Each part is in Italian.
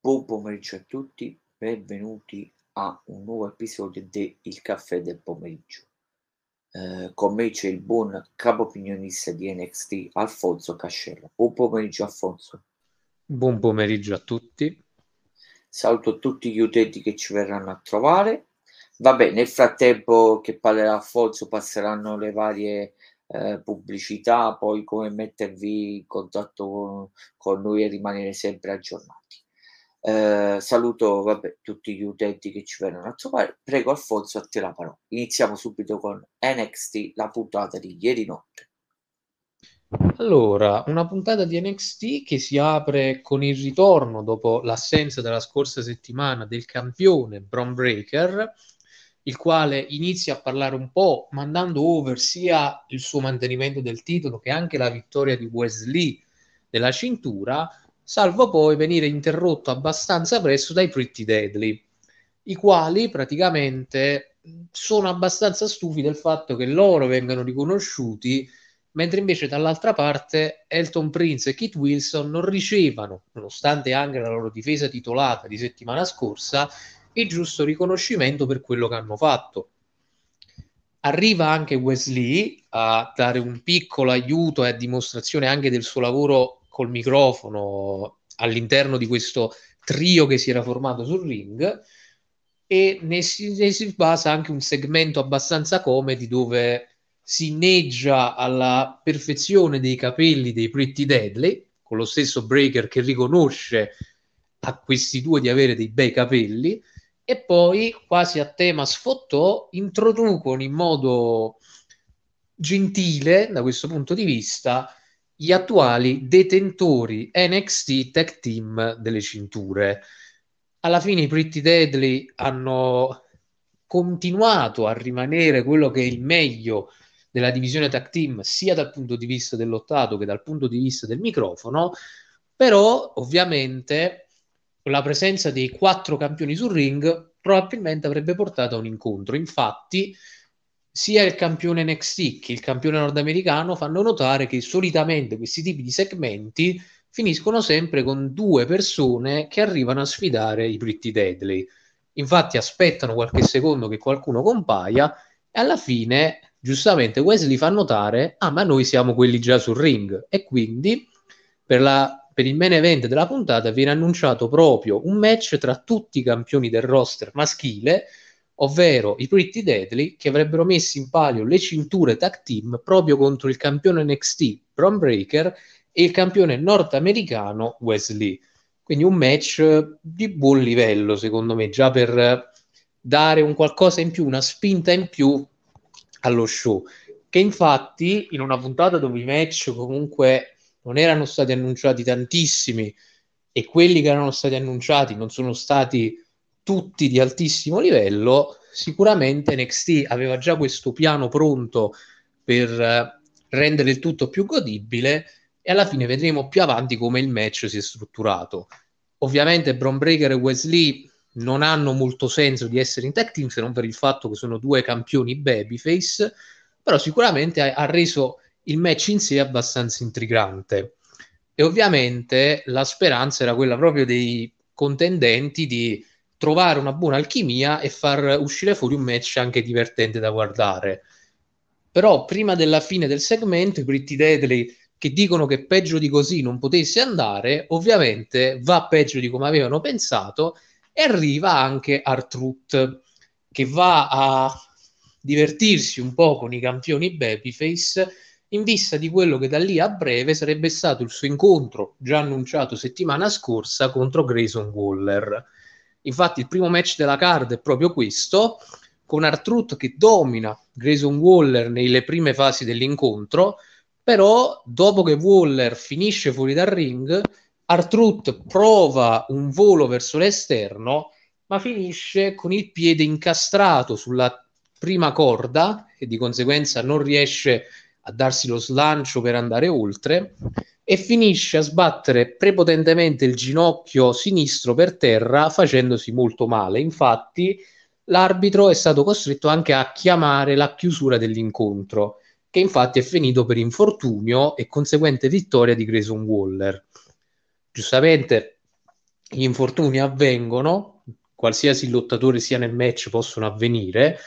Buon pomeriggio a tutti, benvenuti a un nuovo episodio de Il caffè del pomeriggio. Con me c'è il buon capo opinionista di NXT, Alfonso Cascella. Buon pomeriggio Alfonso. Buon pomeriggio a tutti. Saluto tutti gli utenti che ci verranno a trovare. Vabbè, nel frattempo che parlerà Alfonso passeranno le varie pubblicità, poi come mettervi in contatto con noi e rimanere sempre aggiornati. Saluto tutti gli utenti che ci verranno a trovare. Prego Alfonso, a te la parola. Iniziamo subito con NXT, la puntata di ieri notte. Allora, una puntata di NXT che si apre con il ritorno dopo l'assenza della scorsa settimana del campione Bron Breakker, il quale inizia a parlare un po', mandando over sia il suo mantenimento del titolo che anche la vittoria di Wesley della cintura, salvo poi venire interrotto abbastanza presto dai Pretty Deadly, i quali praticamente sono abbastanza stufi del fatto che loro vengano riconosciuti, mentre invece dall'altra parte Elton Prince e Kit Wilson non ricevano, nonostante anche la loro difesa titolata di settimana scorsa, il giusto riconoscimento per quello che hanno fatto. Arriva anche Wesley a dare un piccolo aiuto e a dimostrazione anche del suo lavoro col microfono all'interno di questo trio che si era formato sul ring, e ne si basa anche un segmento abbastanza comedy dove si inneggia alla perfezione dei capelli dei Pretty Deadly, con lo stesso Breaker che riconosce a questi due di avere dei bei capelli, e poi, quasi a tema sfottò, introducono in modo gentile, da questo punto di vista, gli attuali detentori NXT Tag Team delle cinture. Alla fine i Pretty Deadly hanno continuato a rimanere quello che è il meglio della divisione tag team, sia dal punto di vista del lottato che dal punto di vista del microfono, però ovviamente la presenza dei 4 campioni sul ring probabilmente avrebbe portato a un incontro. Infatti sia il campione NXT che il campione nordamericano fanno notare che solitamente questi tipi di segmenti finiscono sempre con 2 persone che arrivano a sfidare i Pretty Deadly. Infatti aspettano qualche secondo che qualcuno compaia e alla fine, giustamente, Wesley fa notare: ah, ma noi siamo quelli già sul ring. E quindi per il main event della puntata viene annunciato proprio un match tra tutti i campioni del roster maschile, ovvero i Pretty Deadly, che avrebbero messo in palio le cinture tag team proprio contro il campione NXT Bron Breakker e il campione nordamericano Wesley. Quindi un match di buon livello, secondo me, già per dare un qualcosa in più, una spinta in più allo show, che infatti in una puntata dove i match comunque non erano stati annunciati tantissimi e quelli che erano stati annunciati non sono stati tutti di altissimo livello, sicuramente NXT aveva già questo piano pronto per rendere il tutto più godibile, e alla fine vedremo più avanti come il match si è strutturato. Ovviamente Bron Breakker e Wesley non hanno molto senso di essere in tag team, se non per il fatto che sono 2 campioni babyface, però sicuramente ha reso il match in sé abbastanza intrigante. E ovviamente la speranza era quella proprio dei contendenti di trovare una buona alchimia e far uscire fuori un match anche divertente da guardare. Però prima della fine del segmento i Pretty Deadly, che dicono che peggio di così non potesse andare, ovviamente va peggio di come avevano pensato, e arriva anche R-Truth, che va a divertirsi un po' con i campioni babyface in vista di quello che da lì a breve sarebbe stato il suo incontro, già annunciato settimana scorsa, contro Grayson Waller. Infatti il primo match della card è proprio questo, con R-Truth che domina Grayson Waller nelle prime fasi dell'incontro, però dopo che Waller finisce fuori dal ring, R-Truth prova un volo verso l'esterno, ma finisce con il piede incastrato sulla prima corda e di conseguenza non riesce a darsi lo slancio per andare oltre, e finisce a sbattere prepotentemente il ginocchio sinistro per terra facendosi molto male. Infatti l'arbitro è stato costretto anche a chiamare la chiusura dell'incontro, che infatti è finito per infortunio e conseguente vittoria di Grayson Waller. Giustamente gli infortuni avvengono, qualsiasi lottatore sia nel match possono avvenire,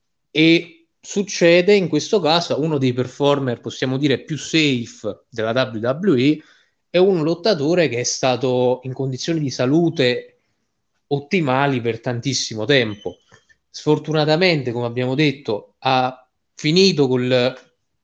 e succede in questo caso a uno dei performer, possiamo dire, più safe della WWE, è un lottatore che è stato in condizioni di salute ottimali per tantissimo tempo. Sfortunatamente, come abbiamo detto, ha finito col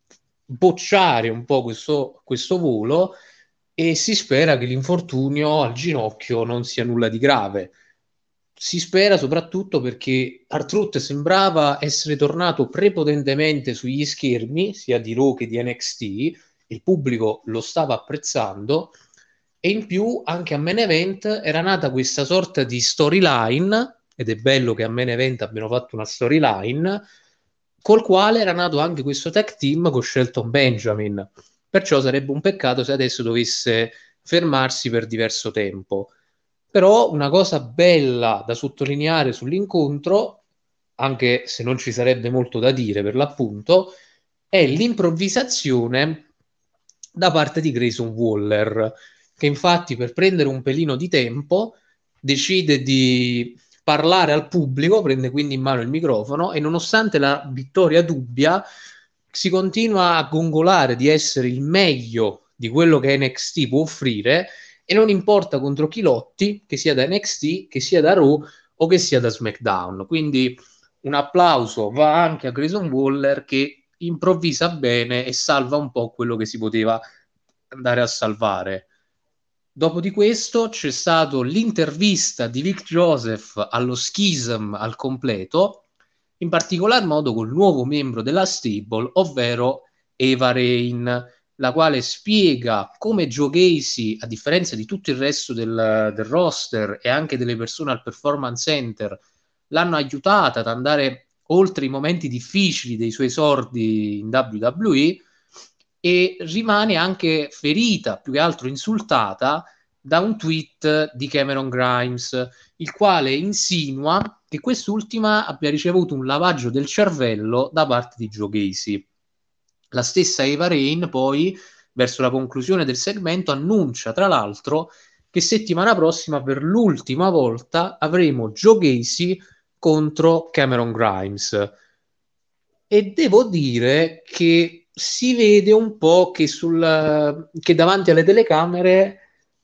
bocciare un po' questo volo e si spera che l'infortunio al ginocchio non sia nulla di grave. Si spera soprattutto perché R-Truth sembrava essere tornato prepotentemente sugli schermi, sia di Raw che di NXT, il pubblico lo stava apprezzando, e in più anche a Main Event era nata questa sorta di storyline, ed è bello che a Main Event abbiano fatto una storyline, col quale era nato anche questo tag team con Shelton Benjamin. Perciò sarebbe un peccato se adesso dovesse fermarsi per diverso tempo. Però una cosa bella da sottolineare sull'incontro, anche se non ci sarebbe molto da dire per l'appunto, è l'improvvisazione da parte di Grayson Waller, che infatti per prendere un pelino di tempo decide di parlare al pubblico, prende quindi in mano il microfono e nonostante la vittoria dubbia si continua a gongolare di essere il meglio di quello che NXT può offrire e non importa contro chi lotti, che sia da NXT, che sia da Raw o che sia da SmackDown. Quindi un applauso va anche a Grayson Waller che improvvisa bene e salva un po' quello che si poteva andare a salvare. Dopo di questo c'è stato l'intervista di Vic Joseph allo Schism al completo, in particolar modo col nuovo membro della stable, ovvero Eva Rain, la quale spiega come Joe Gacy, a differenza di tutto il resto del roster e anche delle persone al Performance Center, l'hanno aiutata ad andare oltre i momenti difficili dei suoi esordi in WWE e rimane anche ferita, più che altro insultata, da un tweet di Cameron Grimes, il quale insinua che quest'ultima abbia ricevuto un lavaggio del cervello da parte di Joe Gacy. La stessa Eva Rain poi, verso la conclusione del segmento, annuncia tra l'altro che settimana prossima per l'ultima volta avremo Joe Gacy contro Cameron Grimes. E devo dire che si vede un po' che davanti alle telecamere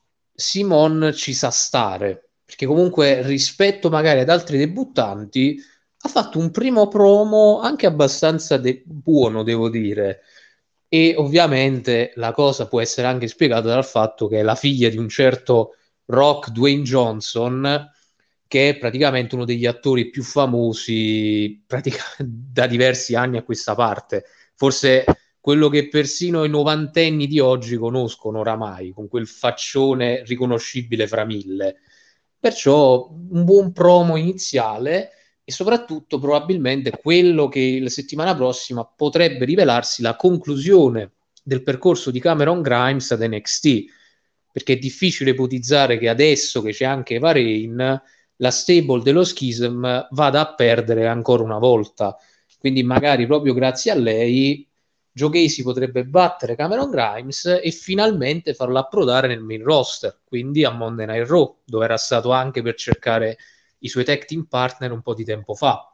Simon ci sa stare, perché comunque rispetto magari ad altri debuttanti ha fatto un primo promo anche abbastanza buono, devo dire. E ovviamente la cosa può essere anche spiegata dal fatto che è la figlia di un certo Rock Dwayne Johnson, che è praticamente uno degli attori più famosi da diversi anni a questa parte. Forse quello che persino i novantenni di oggi conoscono oramai, con quel faccione riconoscibile fra mille. Perciò un buon promo iniziale e soprattutto probabilmente quello che la settimana prossima potrebbe rivelarsi la conclusione del percorso di Cameron Grimes ad NXT, perché è difficile ipotizzare che adesso che c'è anche Eva Rain, la stable dello Schism vada a perdere ancora una volta. Quindi magari proprio grazie a lei Joe Gacy potrebbe battere Cameron Grimes e finalmente farlo approdare nel main roster, quindi a Monday Night Raw, dove era stato anche per cercare i suoi tag team partner un po' di tempo fa.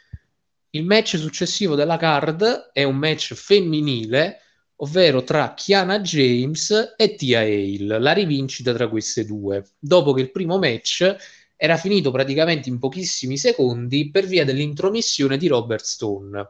Il match successivo della card è un match femminile, ovvero tra Kiana James e Tia Hale, la rivincita tra queste due, dopo che il primo match era finito praticamente in pochissimi secondi per via dell'intromissione di Robert Stone.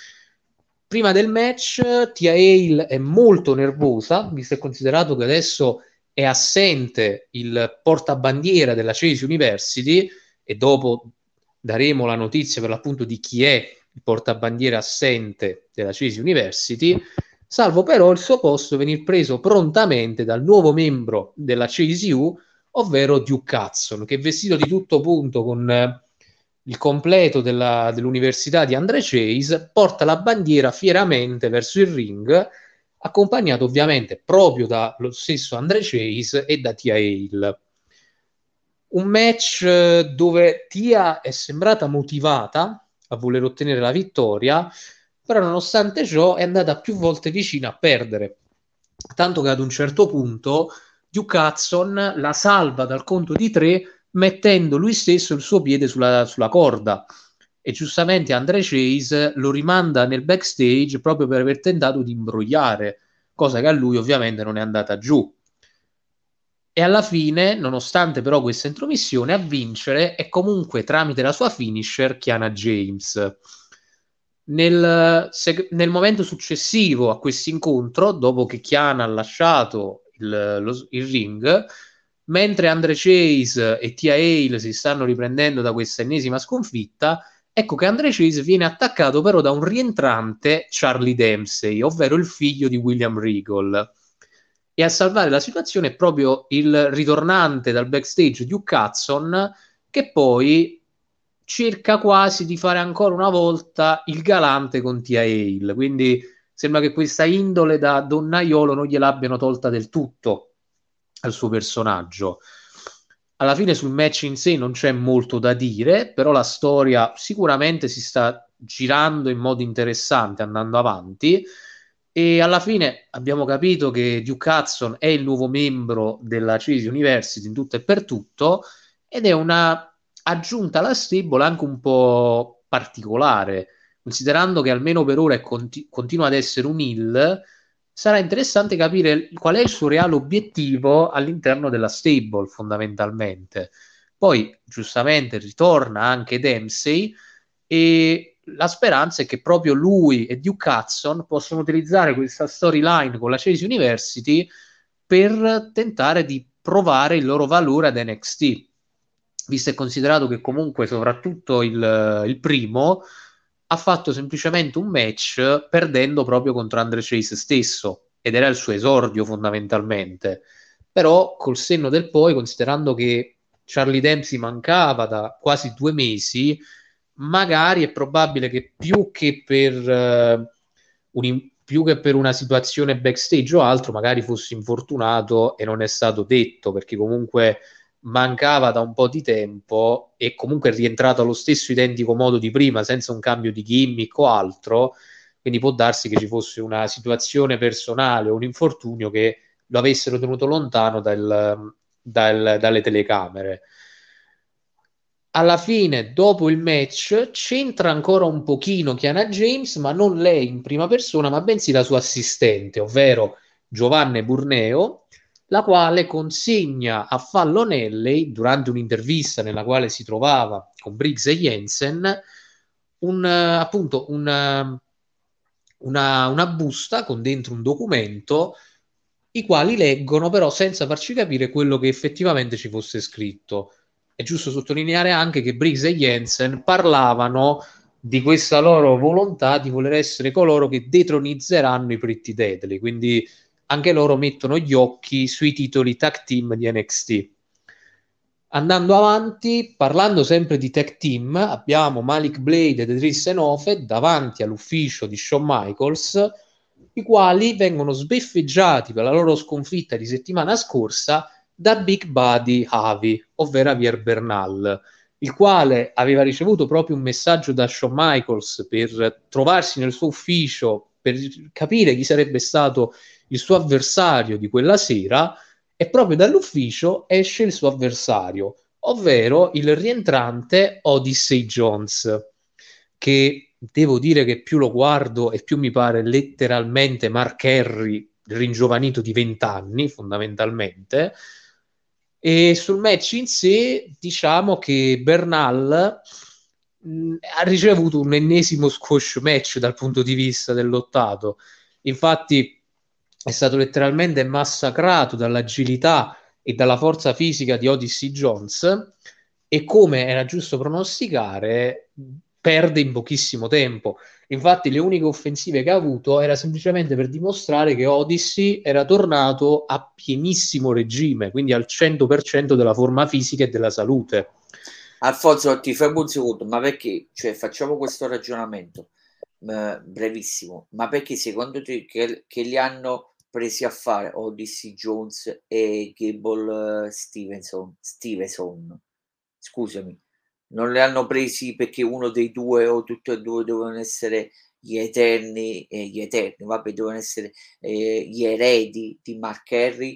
Prima del match Tia Hale è molto nervosa, visto e considerato che adesso è assente il portabandiera della Chase University e dopo daremo la notizia per l'appunto di chi è il portabandiera assente della Chase University, salvo però il suo posto venir preso prontamente dal nuovo membro della Chase U, ovvero Duke Hudson, che è vestito di tutto punto con il completo dell'università di Andre Chase, porta la bandiera fieramente verso il ring, accompagnato ovviamente proprio dallo stesso Andre Chase e da Tia Hale. Un match dove Tia è sembrata motivata a voler ottenere la vittoria, però nonostante ciò è andata più volte vicina a perdere, tanto che ad un certo punto Duke Hudson la salva dal conto di 3 mettendo lui stesso il suo piede sulla corda, e giustamente Andre Chase lo rimanda nel backstage proprio per aver tentato di imbrogliare, cosa che a lui ovviamente non è andata giù. E alla fine, nonostante però questa intromissione, a vincere è comunque tramite la sua finisher Kiana James. Nel momento successivo a questo incontro, dopo che Kiana ha lasciato il ring, mentre Andre Chase e Tia Hale si stanno riprendendo da questa ennesima sconfitta, ecco che Andre Chase viene attaccato però da un rientrante Charlie Dempsey, ovvero il figlio di William Regal. E a salvare la situazione è proprio il ritornante dal backstage Duke Hudson, che poi cerca quasi di fare ancora una volta il galante con Tia Hale. Quindi sembra che questa indole da donnaiolo non gliel'abbiano tolta del tutto al suo personaggio. Alla fine sul match in sé non c'è molto da dire, però la storia sicuramente si sta girando in modo interessante, andando avanti, e alla fine abbiamo capito che Duke Hudson è il nuovo membro della Chase University in tutto e per tutto, ed è una aggiunta alla stable anche un po' particolare, considerando che almeno per ora continua ad essere un heel. Sarà interessante capire qual è il suo reale obiettivo all'interno della stable, fondamentalmente. Poi, giustamente, ritorna anche Dempsey, e la speranza è che proprio lui e Duke Hudson possano utilizzare questa storyline con la Chase University per tentare di provare il loro valore ad NXT, visto e considerato che comunque soprattutto il primo ha fatto semplicemente un match perdendo proprio contro Andre Chase stesso, ed era il suo esordio fondamentalmente. Però col senno del poi, considerando che Charlie Dempsey mancava da quasi 2 mesi, magari è probabile che più che per una situazione backstage o altro, magari fosse infortunato e non è stato detto, perché comunque mancava da un po' di tempo e comunque è rientrato allo stesso identico modo di prima, senza un cambio di gimmick o altro. Quindi può darsi che ci fosse una situazione personale o un infortunio che lo avessero tenuto lontano dalle telecamere. Alla fine, dopo il match, c'entra ancora un pochino Kiana James, ma non lei in prima persona, ma bensì la sua assistente, ovvero Giovanna Burneo, la quale consegna a Fallon Henley, durante un'intervista nella quale si trovava con Briggs e Jensen, appunto una busta con dentro un documento, i quali leggono però senza farci capire quello che effettivamente ci fosse scritto. È giusto sottolineare anche che Briggs e Jensen parlavano di questa loro volontà di voler essere coloro che detronizzeranno i Pretty Deadly, quindi anche loro mettono gli occhi sui titoli tag team di NXT. Andando avanti, parlando sempre di tag team, abbiamo Malik Blade ed Edris Enofe davanti all'ufficio di Shawn Michaels, i quali vengono sbeffeggiati per la loro sconfitta di settimana scorsa da Big Buddy Javi, ovvero Javier Bernal, il quale aveva ricevuto proprio un messaggio da Shawn Michaels per trovarsi nel suo ufficio, per capire chi sarebbe stato il suo avversario di quella sera, e proprio dall'ufficio esce il suo avversario, ovvero il rientrante Odyssey Jones, che devo dire che più lo guardo e più mi pare letteralmente Mark Henry ringiovanito di 20 anni, fondamentalmente. E sul match in sé, diciamo che Bernal ha ricevuto un ennesimo squash match dal punto di vista del lottato. Infatti è stato letteralmente massacrato dall'agilità e dalla forza fisica di Odyssey Jones, e come era giusto pronosticare perde in pochissimo tempo. Infatti le uniche offensive che ha avuto era semplicemente per dimostrare che Odyssey era tornato a pienissimo regime, quindi al 100% della forma fisica e della salute. Alfonso, ti fermo un secondo, ma perché, cioè, facciamo questo ragionamento brevissimo, ma perché secondo te che li hanno presi a fare Odyssey Jones e Gable Stevenson? Scusami, non li hanno presi perché uno dei due o tutti e due dovevano essere gli eterni, vabbè, dovevano essere gli eredi di Mark Henry,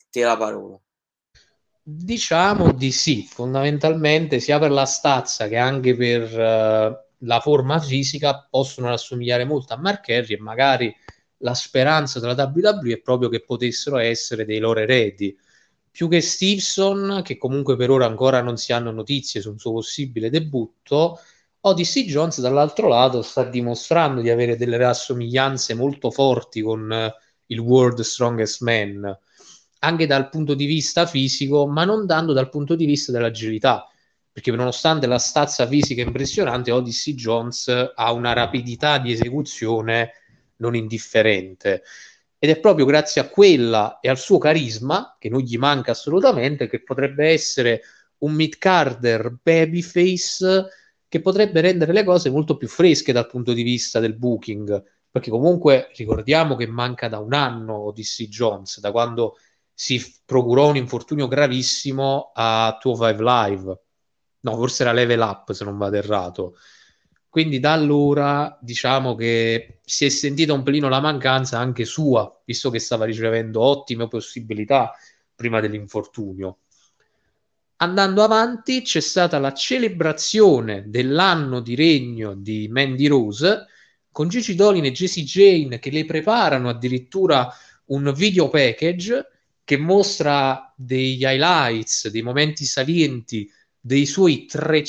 Ti la parola. Diciamo di sì, fondamentalmente sia per la stazza che anche per la forma fisica possono assomigliare molto a Mark Henry, e magari la speranza della WWE è proprio che potessero essere dei loro eredi. Più che Stevenson, che comunque per ora ancora non si hanno notizie su un suo possibile debutto, Odyssey Jones dall'altro lato sta dimostrando di avere delle rassomiglianze molto forti con il World Strongest Man, anche dal punto di vista fisico, ma non tanto dal punto di vista dell'agilità, perché nonostante la stazza fisica impressionante, Odyssey Jones ha una rapidità di esecuzione non indifferente. Ed è proprio grazie a quella e al suo carisma, che non gli manca assolutamente, che potrebbe essere un mid-carder babyface che potrebbe rendere le cose molto più fresche dal punto di vista del booking, perché comunque ricordiamo che manca da un anno Odyssey Jones, da quando si procurò un infortunio gravissimo a 205 Live. No, forse era Level Up, se non vado errato. Quindi da allora diciamo che si è sentita un pelino la mancanza anche sua, visto che stava ricevendo ottime possibilità prima dell'infortunio. Andando avanti, c'è stata la celebrazione dell'anno di regno di Mandy Rose con Gigi Dolin e Jessie Jane che le preparano addirittura un video package che mostra degli highlights, dei momenti salienti dei suoi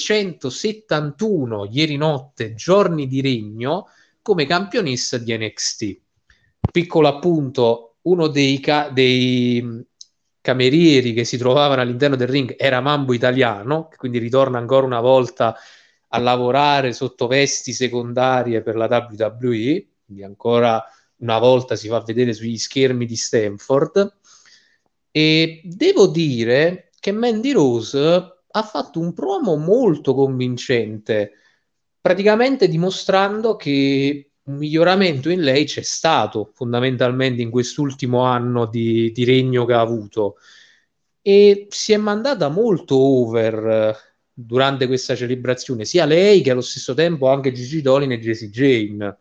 371 ieri notte giorni di regno come campionessa di NXT. Piccolo appunto, uno dei camerieri che si trovavano all'interno del ring era Mambo Italiano, che quindi ritorna ancora una volta a lavorare sotto vesti secondarie per la WWE, quindi ancora una volta si fa vedere sugli schermi di Stanford. E devo dire che Mandy Rose ha fatto un promo molto convincente, praticamente dimostrando che un miglioramento in lei c'è stato fondamentalmente in quest'ultimo anno di regno che ha avuto, e si è mandata molto over durante questa celebrazione, sia lei che allo stesso tempo anche Gigi Dolin e Jessie Jane.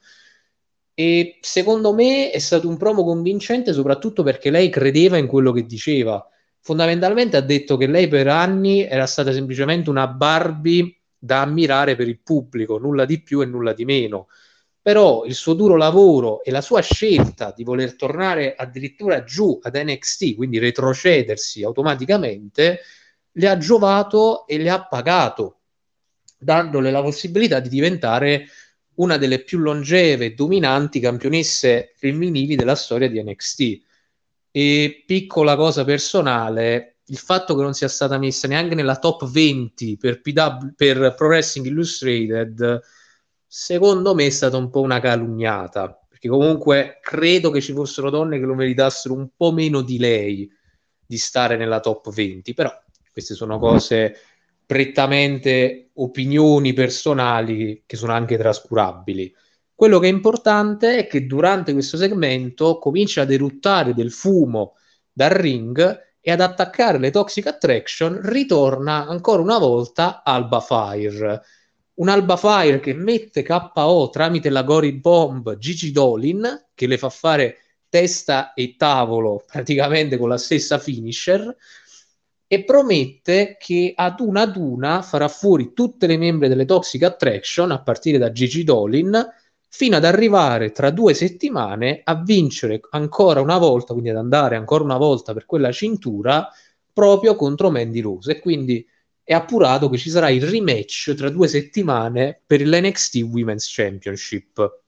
E secondo me è stato un promo convincente soprattutto perché lei credeva in quello che diceva. Fondamentalmente ha detto che lei per anni era stata semplicemente una Barbie da ammirare per il pubblico, nulla di più e nulla di meno. Però il suo duro lavoro e la sua scelta di voler tornare addirittura giù ad NXT, quindi retrocedersi automaticamente, le ha giovato e le ha pagato, dandole la possibilità di diventare una delle più longeve e dominanti campionesse femminili della storia di NXT. E piccola cosa personale, il fatto che non sia stata messa neanche nella top 20 per Pro Wrestling Illustrated, secondo me è stata un po' una calunniata, perché comunque credo che ci fossero donne che lo meritassero un po' meno di lei di stare nella top 20, però queste sono cose prettamente opinioni personali che sono anche trascurabili. Quello che è importante è che durante questo segmento comincia ad eruttare del fumo dal ring e ad attaccare le Toxic Attraction ritorna ancora una volta Alba Fire. Un Alba Fire che mette KO tramite la Gory Bomb Gigi Dolin, che le fa fare testa e tavolo praticamente con la stessa finisher, e promette che ad una farà fuori tutte le membri delle Toxic Attraction a partire da Gigi Dolin, fino ad arrivare tra 2 settimane a vincere ancora una volta, quindi ad andare ancora una volta per quella cintura proprio contro Mandy Rose. E quindi è appurato che ci sarà il rematch tra 2 settimane per l'NXT Women's Championship.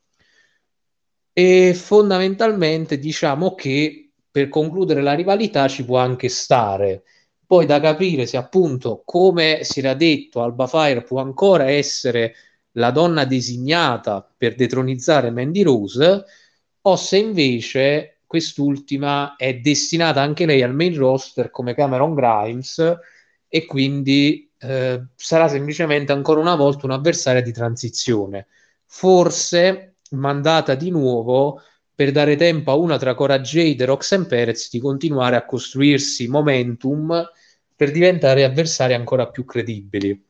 E fondamentalmente diciamo che per concludere la rivalità ci può anche stare. Poi da capire se appunto, come si era detto, Alba Fire può ancora essere la donna designata per detronizzare Mandy Rose, o se invece quest'ultima è destinata anche lei al main roster come Cameron Grimes e quindi sarà semplicemente ancora una volta un'avversaria di transizione, forse mandata di nuovo per dare tempo a una tra Cora Jade e Roxanne Perez di continuare a costruirsi momentum per diventare avversari ancora più credibili,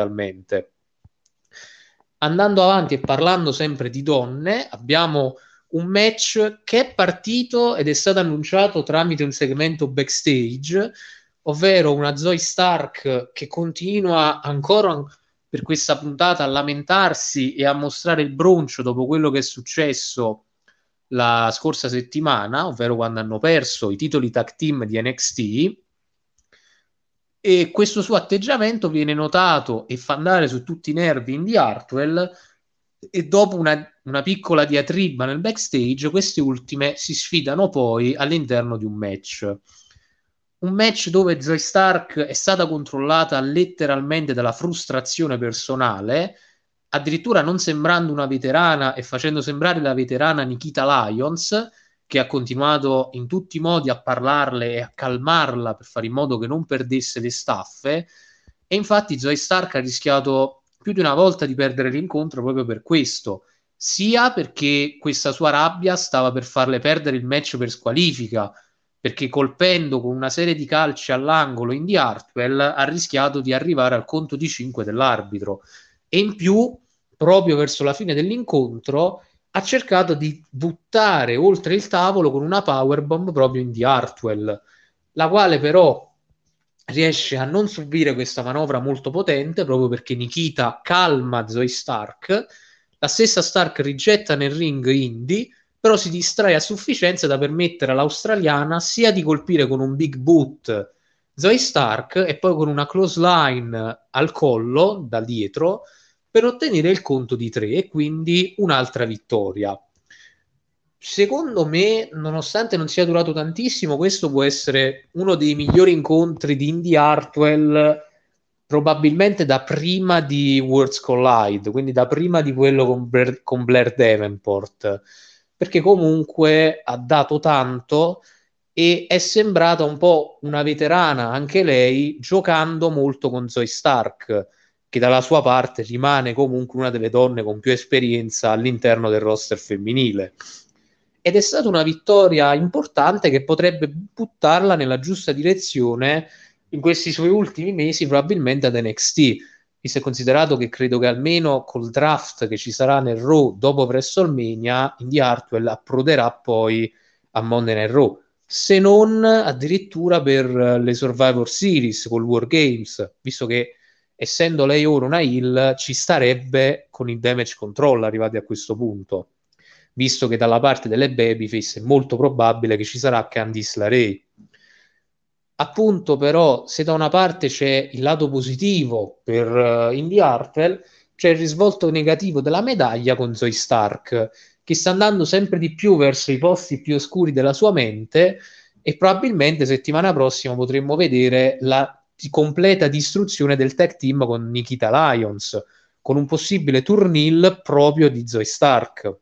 fondamentalmente. Andando avanti e parlando sempre di donne, abbiamo un match che è partito ed è stato annunciato tramite un segmento backstage, ovvero una Zoe Stark che continua ancora per questa puntata a lamentarsi e a mostrare il broncio dopo quello che è successo la scorsa settimana, ovvero quando hanno perso i titoli tag team di NXT, e questo suo atteggiamento viene notato e fa andare su tutti i nervi Indy Hartwell, e dopo una piccola diatriba nel backstage, queste ultime si sfidano poi all'interno di un match dove Zoe Stark è stata controllata letteralmente dalla frustrazione personale, addirittura non sembrando una veterana e facendo sembrare la veterana Nikita Lyons, che ha continuato in tutti i modi a parlarle e a calmarla per fare in modo che non perdesse le staffe. E infatti Zoe Stark ha rischiato più di una volta di perdere l'incontro proprio per questo, sia perché questa sua rabbia stava per farle perdere il match per squalifica, perché colpendo con una serie di calci all'angolo Indy Hartwell ha rischiato di arrivare al conto di 5 dell'arbitro, e in più proprio verso la fine dell'incontro ha cercato di buttare oltre il tavolo con una powerbomb proprio Indy Hartwell, la quale però riesce a non subire questa manovra molto potente proprio perché Nikita calma Zoe Stark. La stessa Stark rigetta nel ring Indy, però si distrae a sufficienza da permettere all'australiana sia di colpire con un big boot Zoe Stark e poi con una clothesline al collo da dietro per ottenere il conto di 3 e quindi un'altra vittoria. Secondo me, nonostante non sia durato tantissimo, questo può essere uno dei migliori incontri di Indy Hartwell probabilmente da prima di Worlds Collide, quindi da prima di quello con Blair Davenport, perché comunque ha dato tanto e è sembrata un po' una veterana anche lei, giocando molto con Zoe Stark, che dalla sua parte rimane comunque una delle donne con più esperienza all'interno del roster femminile. Ed è stata una vittoria importante che potrebbe buttarla nella giusta direzione in questi suoi ultimi mesi, probabilmente ad NXT. Mi si è considerato che credo che almeno col draft che ci sarà nel Raw dopo WrestleMania, Indy Hartwell approderà poi a Monday Night Raw, se non addirittura per le Survivor Series col War Games, visto che essendo lei ora una heel ci starebbe con il damage control arrivati a questo punto, visto che dalla parte delle babyface è molto probabile che ci sarà Candice LeRae. Appunto, però, se da una parte c'è il lato positivo per Indy Hartwell, c'è il risvolto negativo della medaglia con Zoe Stark, che sta andando sempre di più verso i posti più oscuri della sua mente, e probabilmente settimana prossima potremmo vedere la completa distruzione del tag team con Nikita Lyons, con un possibile turnil proprio di Zoe Stark.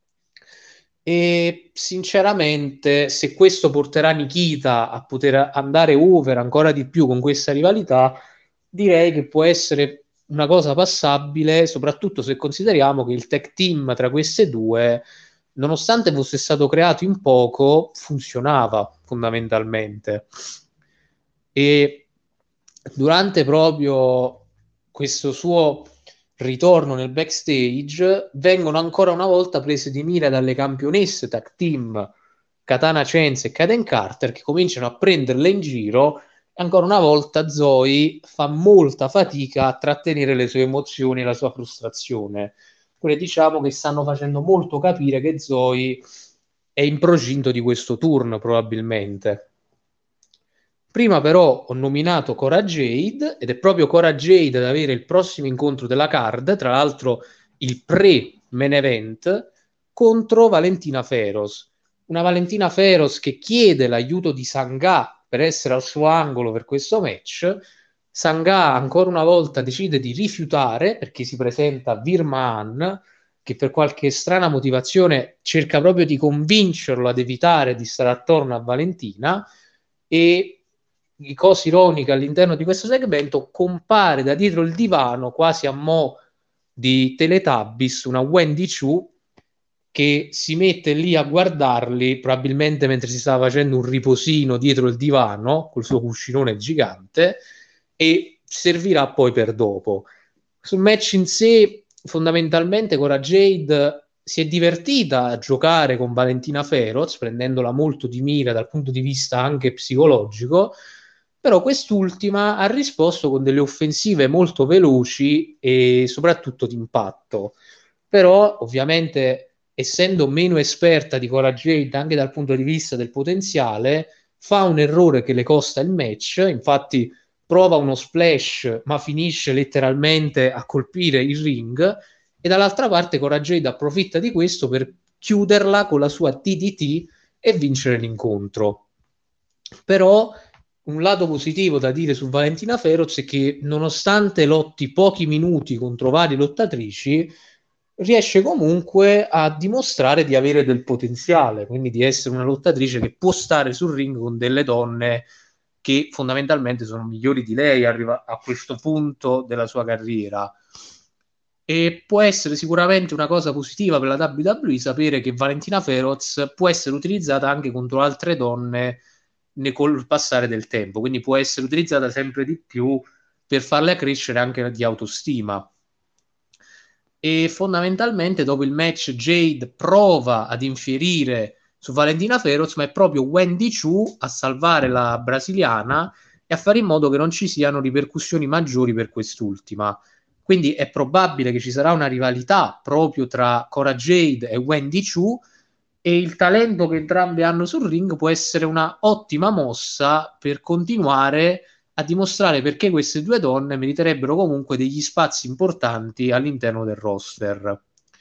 E sinceramente, se questo porterà Nikita a poter andare over ancora di più con questa rivalità, direi che può essere una cosa passabile, soprattutto se consideriamo che il tag team tra queste due, nonostante fosse stato creato in poco, funzionava fondamentalmente. E durante proprio questo suo ritorno nel backstage vengono ancora una volta prese di mira dalle campionesse tag team Katana Chance e Kaden Carter, che cominciano a prenderle in giro, e ancora una volta Zoe fa molta fatica a trattenere le sue emozioni e la sua frustrazione. Quindi diciamo che stanno facendo molto capire che Zoe è in procinto di questo turno probabilmente. Prima però ho nominato Cora Jade, ed è proprio Cora Jade ad avere il prossimo incontro della card, tra l'altro il pre-main event, contro Valentina Feroz. Una Valentina Feroz che chiede l'aiuto di Sangha per essere al suo angolo per questo match. Sangha ancora una volta decide di rifiutare perché si presenta Veer Mahaan, che per qualche strana motivazione cerca proprio di convincerlo ad evitare di stare attorno a Valentina. E cosa ironica all'interno di questo segmento, compare da dietro il divano, quasi a mo' di Teletubbies, una Wendy Chu che si mette lì a guardarli, probabilmente mentre si stava facendo un riposino dietro il divano col suo cuscinone gigante, e servirà poi per dopo. Sul match in sé, fondamentalmente Cora Jade si è divertita a giocare con Valentina Feroz, prendendola molto di mira dal punto di vista anche psicologico, però quest'ultima ha risposto con delle offensive molto veloci e soprattutto d'impatto. Però, ovviamente, essendo meno esperta di Cora Jade anche dal punto di vista del potenziale, fa un errore che le costa il match. Infatti prova uno splash ma finisce letteralmente a colpire il ring, e dall'altra parte Cora Jade approfitta di questo per chiuderla con la sua DDT e vincere l'incontro. Però un lato positivo da dire su Valentina Feroz è che, nonostante lotti pochi minuti contro varie lottatrici, riesce comunque a dimostrare di avere del potenziale, quindi di essere una lottatrice che può stare sul ring con delle donne che fondamentalmente sono migliori di lei arriva a questo punto della sua carriera. E può essere sicuramente una cosa positiva per la WWE sapere che Valentina Feroz può essere utilizzata anche contro altre donne col passare del tempo, quindi può essere utilizzata sempre di più per farle crescere anche di autostima. E fondamentalmente dopo il match Jade prova ad infierire su Valentina Feroz, ma è proprio Wendy Chu a salvare la brasiliana e a fare in modo che non ci siano ripercussioni maggiori per quest'ultima. Quindi è probabile che ci sarà una rivalità proprio tra Cora Jade e Wendy Chu, e il talento che entrambe hanno sul ring può essere una ottima mossa per continuare a dimostrare perché queste due donne meriterebbero comunque degli spazi importanti all'interno del roster.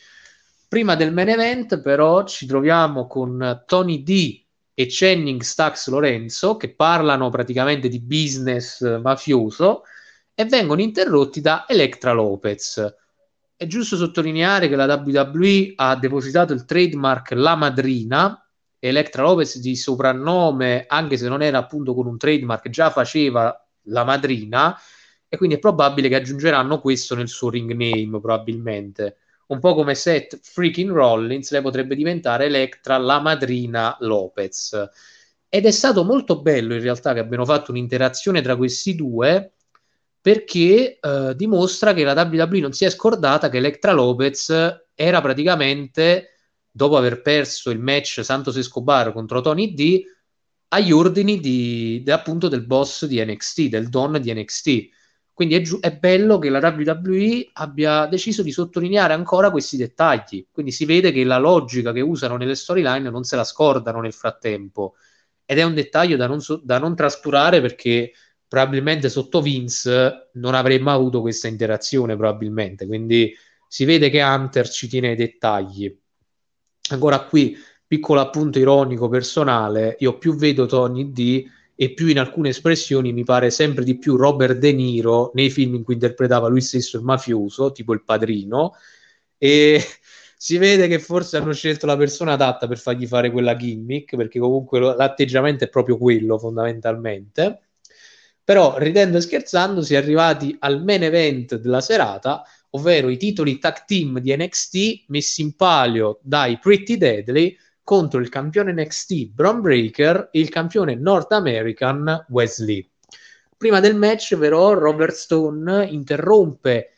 Prima del main event, però, ci troviamo con Tony D e Channing Stax Lorenzo che parlano praticamente di business mafioso e vengono interrotti da Elektra Lopez. È giusto sottolineare che la WWE ha depositato il trademark La Madrina. Elektra Lopez di soprannome, anche se non era appunto con un trademark, già faceva La Madrina, e quindi è probabile che aggiungeranno questo nel suo ring name, probabilmente. Un po' come Seth freaking Rollins, lei potrebbe diventare Elektra La Madrina Lopez. Ed è stato molto bello in realtà che abbiano fatto un'interazione tra questi due, perché dimostra che la WWE non si è scordata che Elektra Lopez era praticamente, dopo aver perso il match Santos Escobar contro Tony D, agli ordini appunto del boss di NXT, del Don di NXT. Quindi è bello che la WWE abbia deciso di sottolineare ancora questi dettagli. Quindi si vede che la logica che usano nelle storyline non se la scordano nel frattempo. Ed è un dettaglio da non trascurare, perché probabilmente sotto Vince non avremmo avuto questa interazione, probabilmente. Quindi si vede che Hunter ci tiene ai dettagli. Ancora qui, piccolo appunto ironico personale, io più vedo Tony D e più in alcune espressioni mi pare sempre di più Robert De Niro nei film in cui interpretava lui stesso il mafioso, tipo Il Padrino, e si vede che forse hanno scelto la persona adatta per fargli fare quella gimmick, perché comunque l'atteggiamento è proprio quello fondamentalmente. Però, ridendo e scherzando, si è arrivati al main event della serata, ovvero i titoli tag team di NXT messi in palio dai Pretty Deadly contro il campione NXT Bron Breakker e il campione North American Wesley. Prima del match, però, Robert Stone interrompe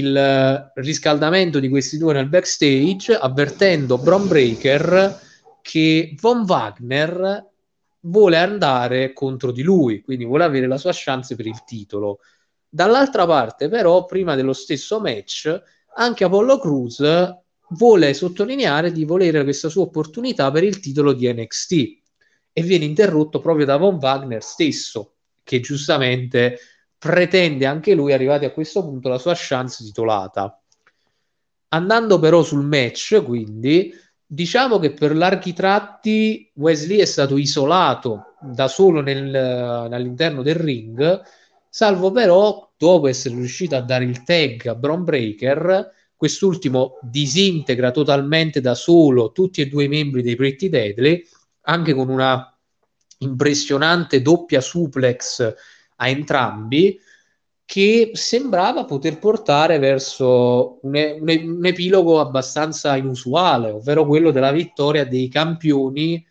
il riscaldamento di questi due nel backstage, avvertendo Bron Breakker che Von Wagner vuole andare contro di lui, quindi vuole avere la sua chance per il titolo. Dall'altra parte, però, prima dello stesso match, anche Apollo Crews vuole sottolineare di volere questa sua opportunità per il titolo di NXT e viene interrotto proprio da Von Wagner stesso, che giustamente pretende anche lui, arrivati a questo punto, la sua chance titolata. Andando però sul match, quindi, diciamo che per larghi tratti Wesley è stato isolato da solo all'interno del ring, salvo però, dopo essere riuscito a dare il tag a Bron Breakker, quest'ultimo disintegra totalmente da solo tutti e due i membri dei Pretty Deadly, anche con una impressionante doppia suplex a entrambi, che sembrava poter portare verso un epilogo abbastanza inusuale, ovvero quello della vittoria dei campioni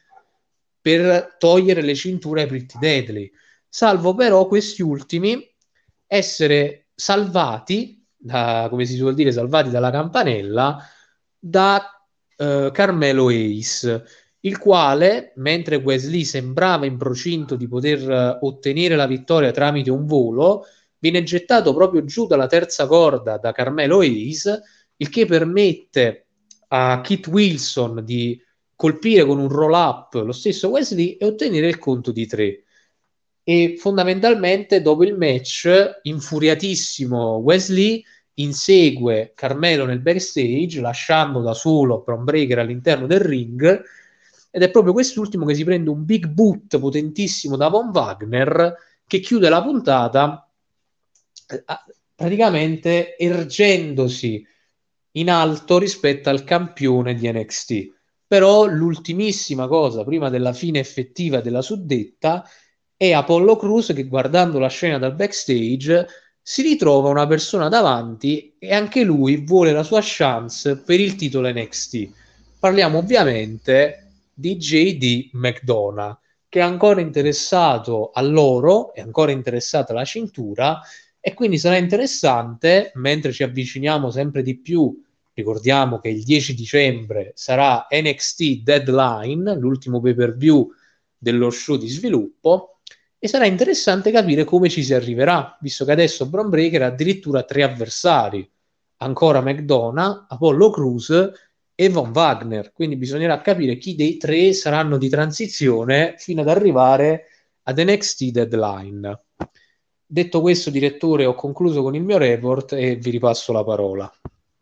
per togliere le cinture ai Pretty Deadly, salvo però questi ultimi essere salvati, come si suol dire, salvati dalla campanella, da Carmelo Hayes, il quale, mentre Wesley sembrava in procinto di poter ottenere la vittoria tramite un volo, viene gettato proprio giù dalla terza corda da Carmelo Hayes, il che permette a Kit Wilson di colpire con un roll up lo stesso Wesley e ottenere il conto di tre. E fondamentalmente dopo il match, infuriatissimo Wesley insegue Carmelo nel backstage, lasciando da solo Bron Breakker all'interno del ring, ed è proprio quest'ultimo che si prende un big boot potentissimo da Von Wagner, che chiude la puntata praticamente ergendosi in alto rispetto al campione di NXT. Però l'ultimissima cosa prima della fine effettiva della suddetta è Apollo Crews che, guardando la scena dal backstage, si ritrova una persona davanti e anche lui vuole la sua chance per il titolo NXT. Parliamo ovviamente di JD McDonough, che è ancora interessato all'oro, è ancora interessato alla cintura, e quindi sarà interessante, mentre ci avviciniamo sempre di più. Ricordiamo che il 10 dicembre sarà NXT Deadline, l'ultimo pay-per-view dello show di sviluppo, e sarà interessante capire come ci si arriverà, visto che adesso Bron Breakker ha addirittura 3 avversari, ancora McDonough, Apollo Crews e Von Wagner, quindi bisognerà capire chi dei 3 saranno di transizione fino ad arrivare ad NXT Deadline. Detto questo, direttore, ho concluso con il mio report e vi ripasso la parola.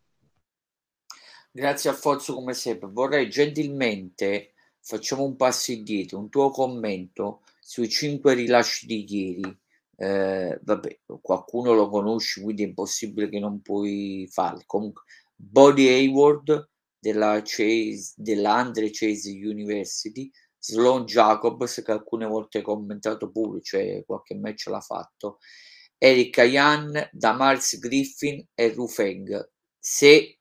Grazie Alfonso come sempre. Vorrei gentilmente, facciamo un passo indietro, un tuo commento sui 5 rilasci di ieri. Vabbè, qualcuno lo conosci, quindi è impossibile che non puoi farlo. Comunque, Buddy Hayward della Andre Chase University, Sloan Jacobs, che alcune volte hai commentato pure, cioè qualche match l'ha fatto, Erika Yan, Damaris Griffin e Rufeng. Se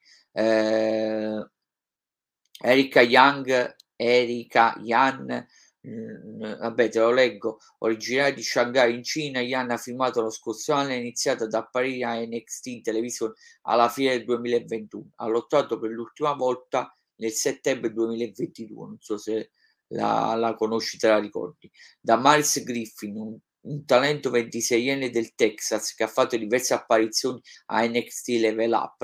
Erika Yan, vabbè, te lo leggo, originaria di Shanghai in Cina. Yan ha firmato lo scorso anno e ha iniziato ad apparire a NXT in televisione alla fine del 2021. Ha lottato per l'ultima volta nel settembre 2022, non so se la conosci, te la ricordi. Damaris Griffin, un talento 26enne del Texas che ha fatto diverse apparizioni a NXT Level Up,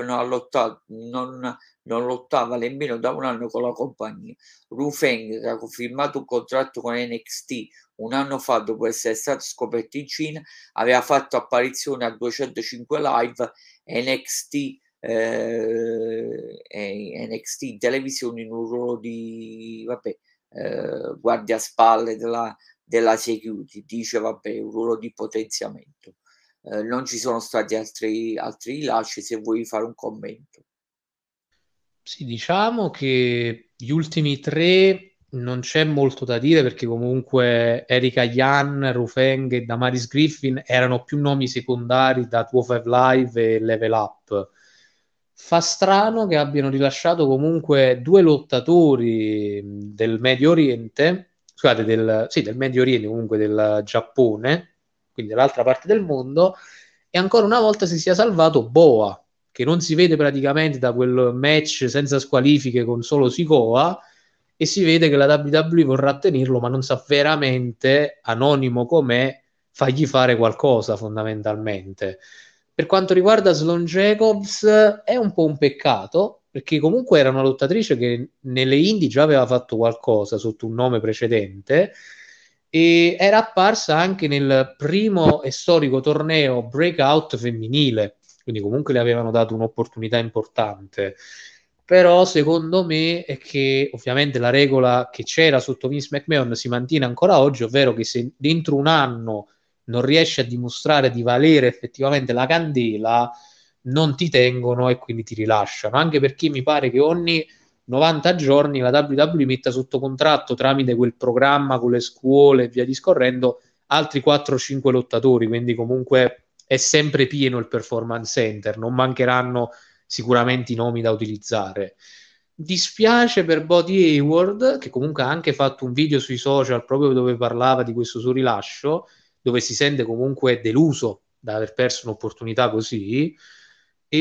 non lottava nemmeno da un anno con la compagnia. Rufeng, che ha confermato un contratto con NXT un anno fa dopo essere stato scoperto in Cina, aveva fatto apparizione a 205 live NXT NXT in televisione in un ruolo di guardiaspalle della security, dice vabbè, un ruolo di potenziamento. Non ci sono stati altri rilasci, se vuoi fare un commento. Sì, diciamo che gli ultimi 3 non c'è molto da dire, perché comunque Erika Yan, Rufeng e Damaris Griffin erano più nomi secondari da 205 Live e Level Up. Fa strano che abbiano rilasciato comunque 2 lottatori del Medio Oriente, scusate, del Medio Oriente, comunque del Giappone, quindi dall'altra parte del mondo, e ancora una volta si sia salvato Boa, che non si vede praticamente da quel match senza squalifiche con solo Sikoa, e si vede che la WWE vorrà tenerlo, ma non sa veramente, anonimo com'è, fargli fare qualcosa fondamentalmente. Per quanto riguarda Sloan Jacobs, è un po' un peccato, perché comunque era una lottatrice che nelle indie già aveva fatto qualcosa sotto un nome precedente, e era apparsa anche nel primo e storico torneo Breakout femminile, quindi comunque le avevano dato un'opportunità importante. Però secondo me è che ovviamente la regola che c'era sotto Vince McMahon si mantiene ancora oggi, ovvero che se dentro un anno non riesci a dimostrare di valere effettivamente la candela, non ti tengono e quindi ti rilasciano. Anche perché mi pare che ogni 90 giorni la WWE metta sotto contratto, tramite quel programma con le scuole e via discorrendo, altri 4-5 lottatori, quindi comunque è sempre pieno il performance center, non mancheranno sicuramente i nomi da utilizzare. Dispiace per Buddy Hayward, che comunque ha anche fatto un video sui social proprio dove parlava di questo suo rilascio, dove si sente comunque deluso da aver perso un'opportunità così, e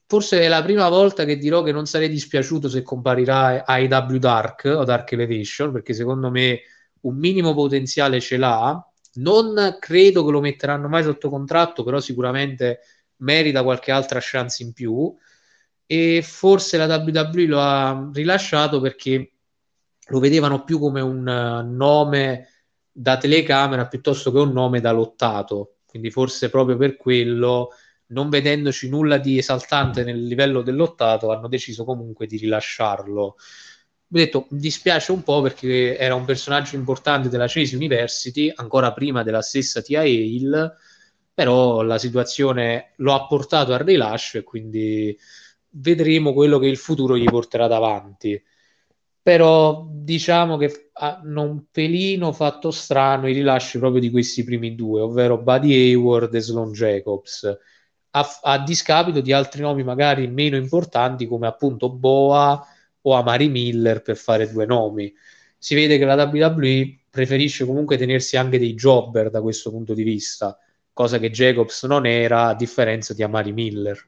forse è la prima volta che dirò che non sarei dispiaciuto se comparirà AEW Dark o Dark Elevation, perché secondo me un minimo potenziale ce l'ha. Non credo che lo metteranno mai sotto contratto, però sicuramente merita qualche altra chance in più. E forse la WWE lo ha rilasciato perché lo vedevano più come un nome da telecamera piuttosto che un nome da lottato. Quindi forse proprio per quello, non vedendoci nulla di esaltante nel livello del lottato, hanno deciso comunque di rilasciarlo. Ho detto, mi dispiace un po' perché era un personaggio importante della Chase University, ancora prima della stessa Tia Hale, però la situazione lo ha portato al rilascio e quindi vedremo quello che il futuro gli porterà davanti. Però diciamo che hanno un pelino fatto strano i rilasci proprio di questi primi due, ovvero Buddy Hayward e Sloan Jacobs, a discapito di altri nomi magari meno importanti come appunto Boa o Amari Miller, per fare due nomi. Si vede che la WWE preferisce comunque tenersi anche dei jobber da questo punto di vista, cosa che Jacobs non era, a differenza di Amari Miller.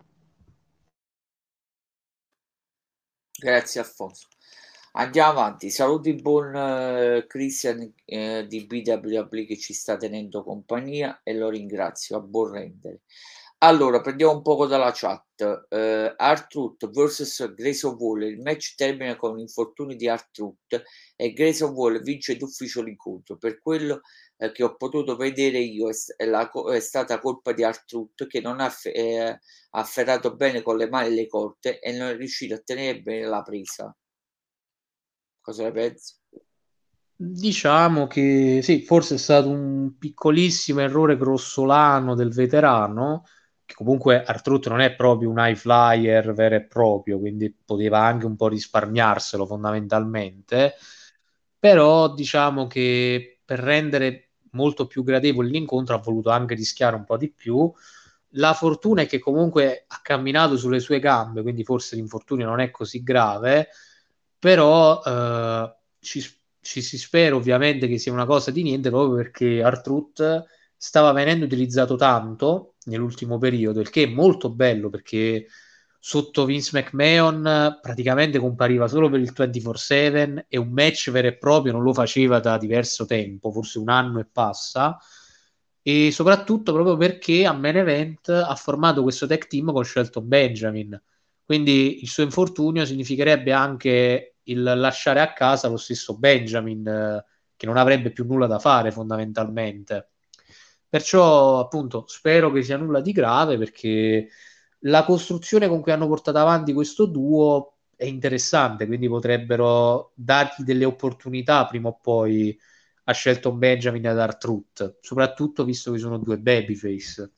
Grazie Alfonso. Andiamo avanti. Saluto il buon Christian di BWB che ci sta tenendo compagnia e lo ringrazio a buon rendere. Allora, prendiamo un poco dalla chat. R-Truth vs Grayson Waller. Il match termina con un infortunio di R-Truth e Grayson Waller vince d'ufficio l'incontro. Per quello che ho potuto vedere io è stata colpa di R-Truth che non ha afferrato bene con le mani le corde e non è riuscito a tenere bene la presa. Cosa ne pensi? Diciamo che sì, forse è stato un piccolissimo errore grossolano del veterano, che comunque Artruth non è proprio un high flyer vero e proprio, quindi poteva anche un po' risparmiarselo fondamentalmente, però diciamo che per rendere molto più gradevole l'incontro ha voluto anche rischiare un po' di più. La fortuna è che comunque ha camminato sulle sue gambe, quindi forse l'infortunio non è così grave, però ci si spera ovviamente che sia una cosa di niente proprio perché R-Truth stava venendo utilizzato tanto nell'ultimo periodo, il che è molto bello perché sotto Vince McMahon praticamente compariva solo per il 24/7 e un match vero e proprio non lo faceva da diverso tempo, forse un anno e passa, e soprattutto proprio perché a Main Event ha formato questo tag team con Shelton Benjamin, quindi il suo infortunio significherebbe anche il lasciare a casa lo stesso Benjamin, che non avrebbe più nulla da fare fondamentalmente. Perciò, appunto, spero che sia nulla di grave perché la costruzione con cui hanno portato avanti questo duo è interessante, quindi potrebbero dargli delle opportunità prima o poi a Shelton Benjamin e ad R-Truth, soprattutto visto che sono due babyface.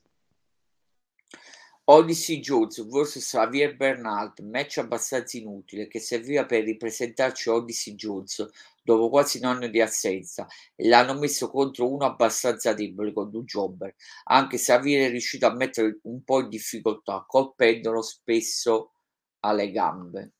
Odyssey Jones vs Javier Bernal, match abbastanza inutile che serviva per ripresentarci Odyssey Jones dopo quasi un anno di assenza e l'hanno messo contro uno abbastanza debole con un jobber, anche se Javier è riuscito a mettere un po' in difficoltà colpendolo spesso alle gambe.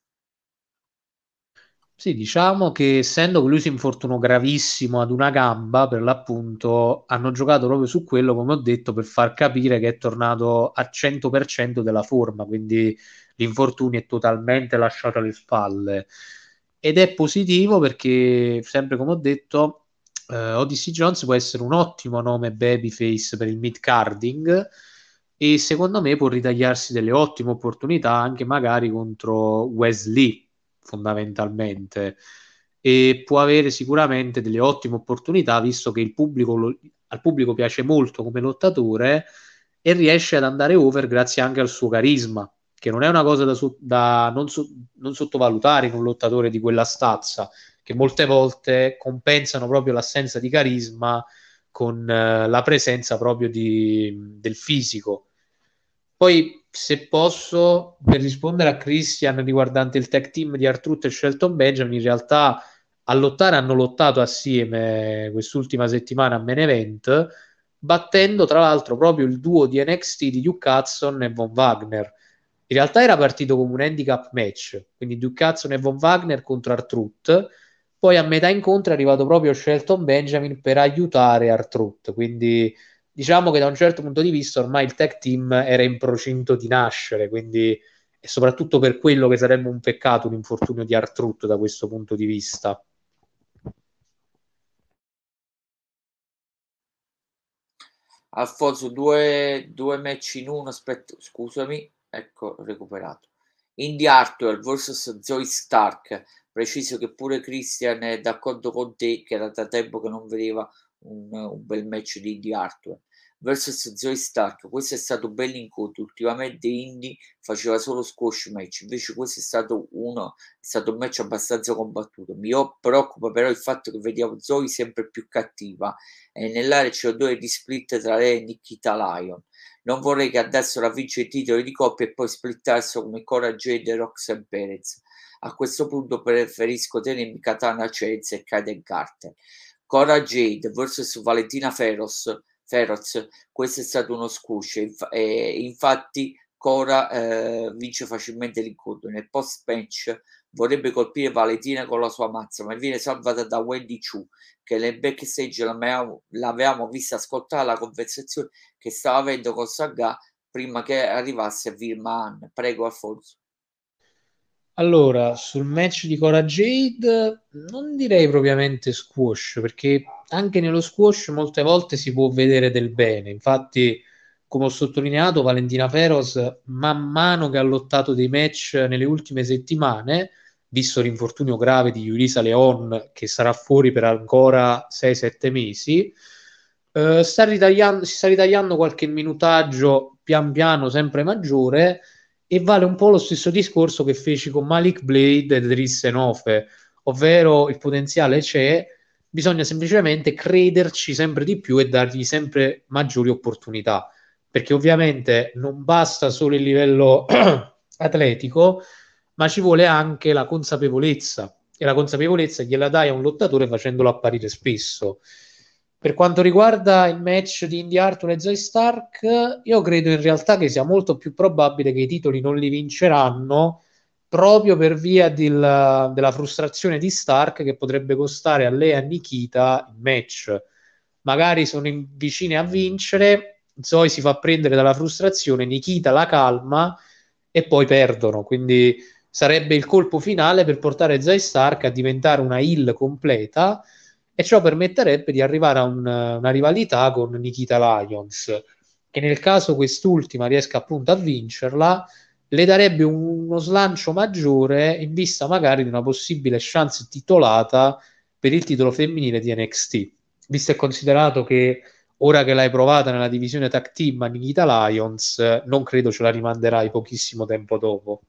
Sì, diciamo che essendo che lui si infortunò gravissimo ad una gamba, per l'appunto, hanno giocato proprio su quello, come ho detto, per far capire che è tornato a 100% della forma, quindi l'infortunio è totalmente lasciato alle spalle. Ed è positivo perché, sempre come ho detto, Odyssey Jones può essere un ottimo nome babyface per il mid-carding e secondo me può ritagliarsi delle ottime opportunità anche magari contro Wesley fondamentalmente e può avere sicuramente delle ottime opportunità visto che al pubblico piace molto come lottatore e riesce ad andare over grazie anche al suo carisma, che non è una cosa da non sottovalutare in un lottatore di quella stazza, che molte volte compensano proprio l'assenza di carisma con la presenza proprio del fisico. Poi, se posso, per rispondere a Christian riguardante il tag team di R-Truth e Shelton Benjamin, in realtà a lottare hanno lottato assieme quest'ultima settimana a Main Event, battendo tra l'altro proprio il duo di NXT di Duke Hudson e Von Wagner. In realtà era partito come un handicap match, quindi Duke Hudson e Von Wagner contro R-Truth. Poi a metà incontro è arrivato proprio Shelton Benjamin per aiutare R-Truth, quindi diciamo che da un certo punto di vista ormai il tag team era in procinto di nascere, quindi e soprattutto per quello che sarebbe un peccato un infortunio di R-Truth da questo punto di vista. Alfonso, due match in uno, aspetta, scusami, ecco, recuperato. Indy Hartwell vs Zoe Stark. Preciso che pure Christian è d'accordo con te, che era da tempo che non vedeva un bel match di Indy Hartwell versus Zoe Stark. Questo è stato un bel incontro. Ultimamente Indy faceva solo squash match, invece questo è stato un match abbastanza combattuto. Mi preoccupa però il fatto che vediamo Zoe sempre più cattiva e nell'area c'è odore di split tra lei e Nikita Lyon. Non vorrei che andassero a vincere i titoli di coppia e poi splittassero come Cora Jade e Roxanne Perez. A questo punto preferisco tenermi Katana Chance e Kaden Carter. Cora Jade vs Valentina Feroz, questo è stato uno squash e infatti Cora vince facilmente l'incontro. Nel post match vorrebbe colpire Valentina con la sua mazza, ma viene salvata da Wendy Chu, che nel backstage l'avevamo vista ascoltare la conversazione che stava avendo con Saga prima che arrivasse Vilma Ann. Prego, Alfonso. Allora, sul match di Cora Jade non direi propriamente squash, perché anche nello squash molte volte si può vedere del bene. Infatti, come ho sottolineato, Valentina Feroz, man mano che ha lottato dei match nelle ultime settimane, visto l'infortunio grave di Yulisa Leon, che sarà fuori per ancora 6-7 mesi, si sta ritagliando qualche minutaggio pian piano sempre maggiore e vale un po' lo stesso discorso che feci con Malik Blade ed Idris Enofe, ovvero il potenziale c'è, bisogna semplicemente crederci sempre di più e dargli sempre maggiori opportunità, perché ovviamente non basta solo il livello atletico, ma ci vuole anche la consapevolezza e la consapevolezza gliela dai a un lottatore facendolo apparire spesso. Per quanto riguarda il match di Indy Hartwell e Zoe Stark, io credo in realtà che sia molto più probabile che i titoli non li vinceranno proprio per via della frustrazione di Stark che potrebbe costare a lei e a Nikita il match. Magari sono vicine a vincere, Zoe si fa prendere dalla frustrazione, Nikita la calma e poi perdono. Quindi sarebbe il colpo finale per portare Zoe Stark a diventare una heel completa e ciò permetterebbe di arrivare a una rivalità con Nikita Lyons, che nel caso quest'ultima riesca appunto a vincerla, le darebbe uno slancio maggiore in vista magari di una possibile chance titolata per il titolo femminile di NXT, visto e considerato che ora che l'hai provata nella divisione tag team a Nikita Lyons, non credo ce la rimanderai pochissimo tempo dopo.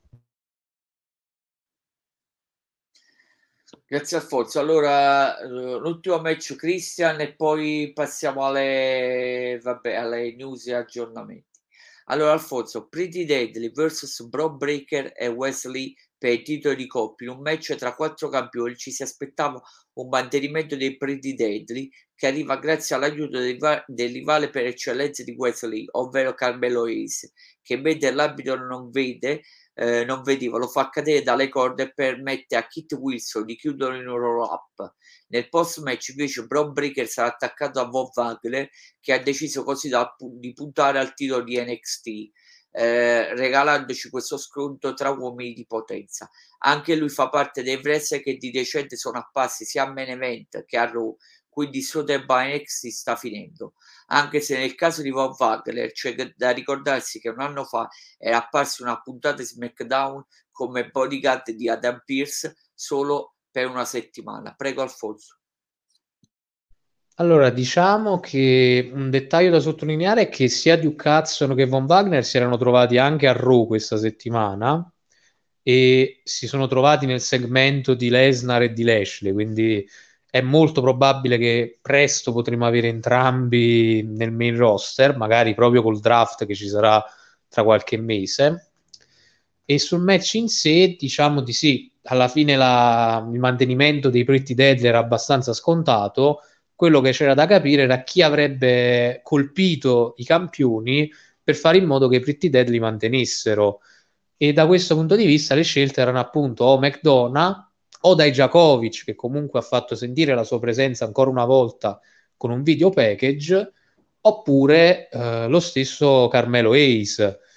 Grazie Alfonso. Allora, l'ultimo match Christian e poi passiamo alle news e aggiornamenti. Allora Alfonso, Pretty Deadly vs Bron Breakker e Wesley per il titolo di coppia, in un match tra 4 campioni. Ci si aspettava un mantenimento dei Pretty Deadly che arriva grazie all'aiuto del rivale per eccellenza di Wesley, ovvero Carmelo Hayes, che mentre l'arbitro non vedeva, lo fa cadere dalle corde e permette a Kit Wilson di chiudere in un roll-up. Nel post-match invece Bron Breakker sarà attaccato a Von Wagner, che ha deciso così di puntare al titolo di NXT, regalandoci questo scontro tra uomini di potenza. Anche lui fa parte dei wrestler che di recente sono apparsi sia a Main Event che a Raw, quindi il suo tempo a NXT sta finendo. Anche se nel caso di Von Wagner c'è da ricordarsi che un anno fa era apparsa una puntata di SmackDown come bodyguard di Adam Pearce solo per una settimana. Prego Alfonso. Allora, diciamo che un dettaglio da sottolineare è che sia Duke Hudson che Von Wagner si erano trovati anche a Raw questa settimana e si sono trovati nel segmento di Lesnar e di Lashley, quindi è molto probabile che presto potremo avere entrambi nel main roster, magari proprio col draft che ci sarà tra qualche mese. E sul match in sé, diciamo di sì, alla fine il mantenimento dei Pretty Deadly era abbastanza scontato. Quello che c'era da capire era chi avrebbe colpito i campioni per fare in modo che i Pretty Deadly mantenessero. E da questo punto di vista le scelte erano appunto o McDonough o Dijakovic, che comunque ha fatto sentire la sua presenza ancora una volta con un video package, oppure lo stesso Carmelo Hayes.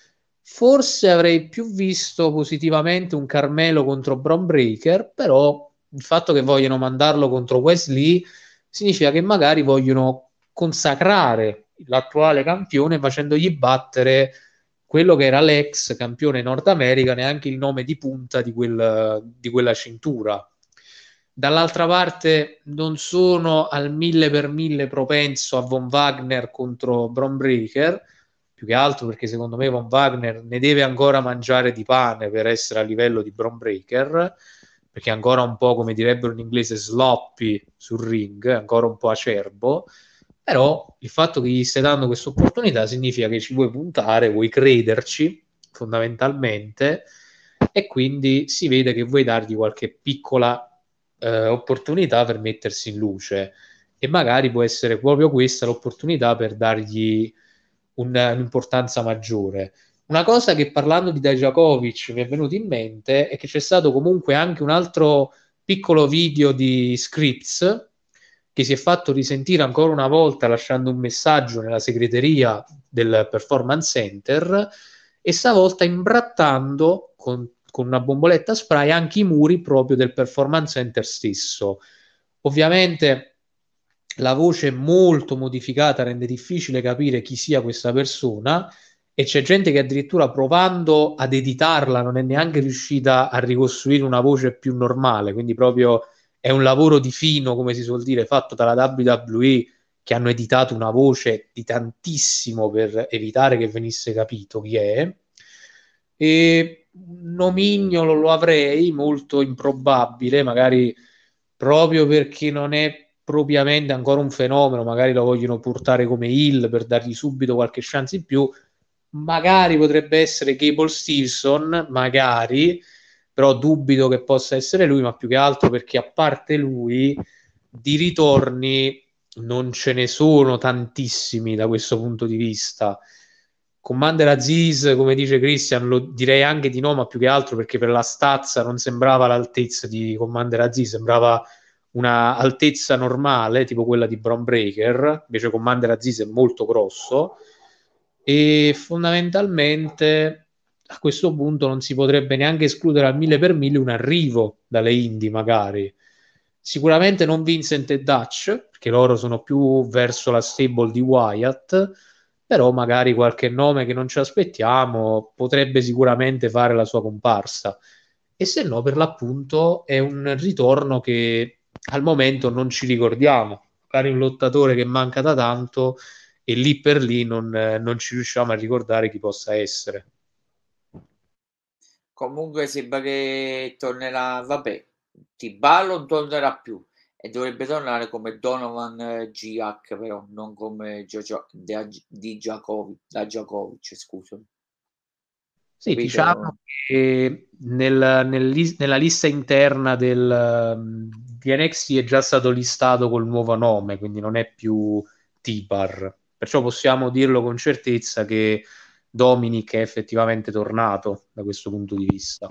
Forse avrei più visto positivamente un Carmelo contro Bron Breakker, però il fatto che vogliono mandarlo contro Wesley significa che magari vogliono consacrare l'attuale campione facendogli battere quello che era l'ex campione Nord America, neanche il nome di punta di quella cintura. Dall'altra parte non sono al 1000 per 1000 propenso a Von Wagner contro Bron Breakker, più che altro perché secondo me Von Wagner ne deve ancora mangiare di pane per essere a livello di Bron Breakker, perché è ancora un po', come direbbero in inglese, sloppy sul ring, ancora un po' acerbo, però il fatto che gli stai dando questa opportunità significa che ci vuoi puntare, vuoi crederci fondamentalmente, e quindi si vede che vuoi dargli qualche piccola opportunità per mettersi in luce, e magari può essere proprio questa l'opportunità per dargli un'importanza maggiore. Una cosa che, parlando di Dijakovic, mi è venuto in mente è che c'è stato comunque anche un altro piccolo video di Scripps che si è fatto risentire ancora una volta lasciando un messaggio nella segreteria del Performance Center, e stavolta imbrattando con una bomboletta spray anche i muri proprio del Performance Center stesso. Ovviamente la voce molto modificata rende difficile capire chi sia questa persona, e c'è gente che addirittura, provando ad editarla, non è neanche riuscita a ricostruire una voce più normale, quindi proprio è un lavoro di fino, come si suol dire, fatto dalla WWE, che hanno editato una voce di tantissimo per evitare che venisse capito chi è. E un nomignolo lo avrei, molto improbabile, magari proprio perché non è propriamente ancora un fenomeno, magari lo vogliono portare come heel per dargli subito qualche chance in più. Magari potrebbe essere Gable Stevenson, magari, però dubito che possa essere lui, ma più che altro perché, a parte lui, di ritorni non ce ne sono tantissimi da questo punto di vista. Commander Aziz, come dice Christian, lo direi anche di no, ma più che altro perché per la stazza non sembrava l'altezza di Commander Aziz, sembrava una altezza normale, tipo quella di Bron Breakker, invece Commander Aziz è molto grosso, e fondamentalmente a questo punto non si potrebbe neanche escludere al 1000 per 1000 un arrivo dalle indie, magari. Sicuramente non Vincent e Dutch, perché loro sono più verso la stable di Wyatt, però magari qualche nome che non ci aspettiamo potrebbe sicuramente fare la sua comparsa. E se no, per l'appunto, è un ritorno che al momento non ci ricordiamo. Magari un lottatore che manca da tanto, e lì per lì non ci riusciamo a ricordare chi possa essere. Comunque sembra che tornerà, vabbè, T-Bar non tornerà più e dovrebbe tornare come Donovan Giak, però non come da Djakovic, scusami. Sì, Capito? diciamo che nella lista interna di NXT è già stato listato col nuovo nome, quindi non è più T-Bar. Perciò possiamo dirlo con certezza che Dominic è effettivamente tornato da questo punto di vista.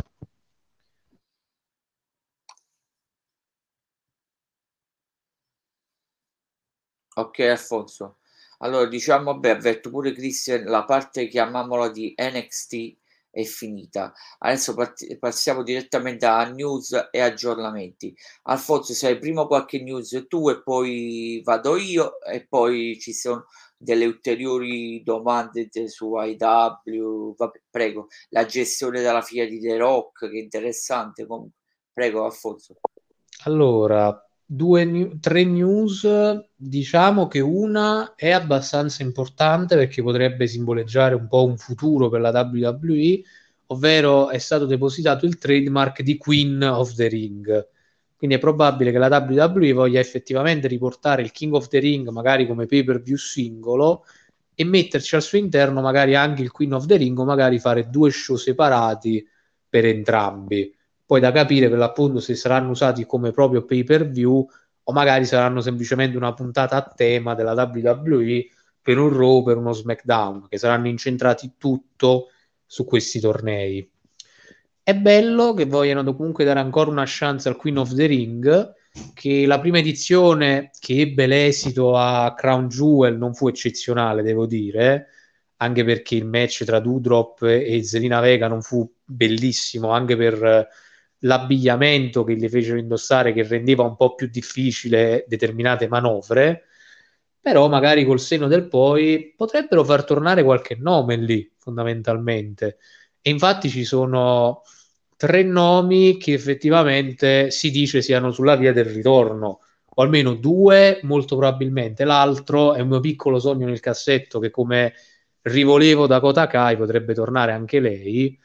Ok, Alfonso. Allora, diciamo, vabbè, avverto pure Christian, la parte, chiamiamola, di NXT è finita. Adesso passiamo direttamente a news e aggiornamenti. Alfonso, se hai prima qualche news tu e poi vado io e poi ci sono delle ulteriori domande su IW. Vabbè, prego, la gestione della figlia di The Rock, che è interessante. Comunque. Prego, Alfonso. Allora, tre news, diciamo che una è abbastanza importante perché potrebbe simboleggiare un po' un futuro per la WWE, ovvero è stato depositato il trademark di Queen of the Ring. Quindi è probabile che la WWE voglia effettivamente riportare il King of the Ring magari come pay-per-view singolo, e metterci al suo interno magari anche il Queen of the Ring, o magari fare due show separati per entrambi. Poi da capire per l'appunto se saranno usati come proprio pay per view, o magari saranno semplicemente una puntata a tema della WWE per un Raw, per uno SmackDown, che saranno incentrati tutto su questi tornei. È bello che vogliano comunque dare ancora una chance al Queen of the Ring, che la prima edizione, che ebbe l'esito a Crown Jewel, non fu eccezionale, devo dire. anche perché il match tra Doudrop e Zelina Vega non fu bellissimo, anche per l'abbigliamento che gli fecero indossare, che rendeva un po' più difficile determinate manovre. Però magari col senno del poi potrebbero far tornare qualche nome lì, fondamentalmente. E infatti ci sono 3 nomi che effettivamente si dice siano sulla via del ritorno, o almeno 2 molto probabilmente. L'altro è un mio piccolo sogno nel cassetto che, come rivolevo Dakota Kai, potrebbe tornare anche lei.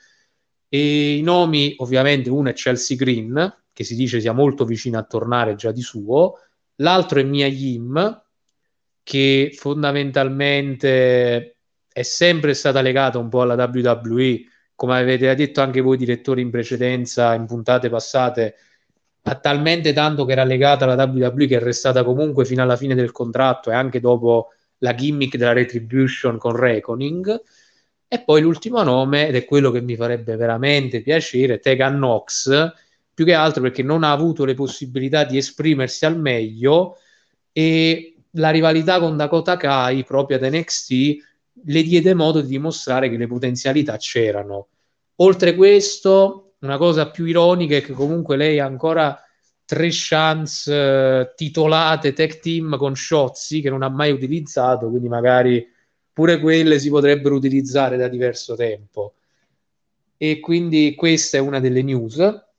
E i nomi, ovviamente, uno è Chelsea Green, che si dice sia molto vicino a tornare già di suo. L'altro è Mia Yim, che fondamentalmente è sempre stata legata un po' alla WWE, come avete detto anche voi direttori in precedenza, in puntate passate, ha talmente tanto che era legata alla WWE che è restata comunque fino alla fine del contratto e anche dopo la gimmick della Retribution con Reckoning. E poi l'ultimo nome, ed è quello che mi farebbe veramente piacere, Tegan Nox, più che altro perché non ha avuto le possibilità di esprimersi al meglio, e la rivalità con Dakota Kai proprio ad NXT le diede modo di dimostrare che le potenzialità c'erano. Oltre questo, una cosa più ironica è che comunque lei ha ancora 3 chance titolate tag team con Shotzi che non ha mai utilizzato, quindi magari pure quelle si potrebbero utilizzare da diverso tempo. E quindi questa è una delle news.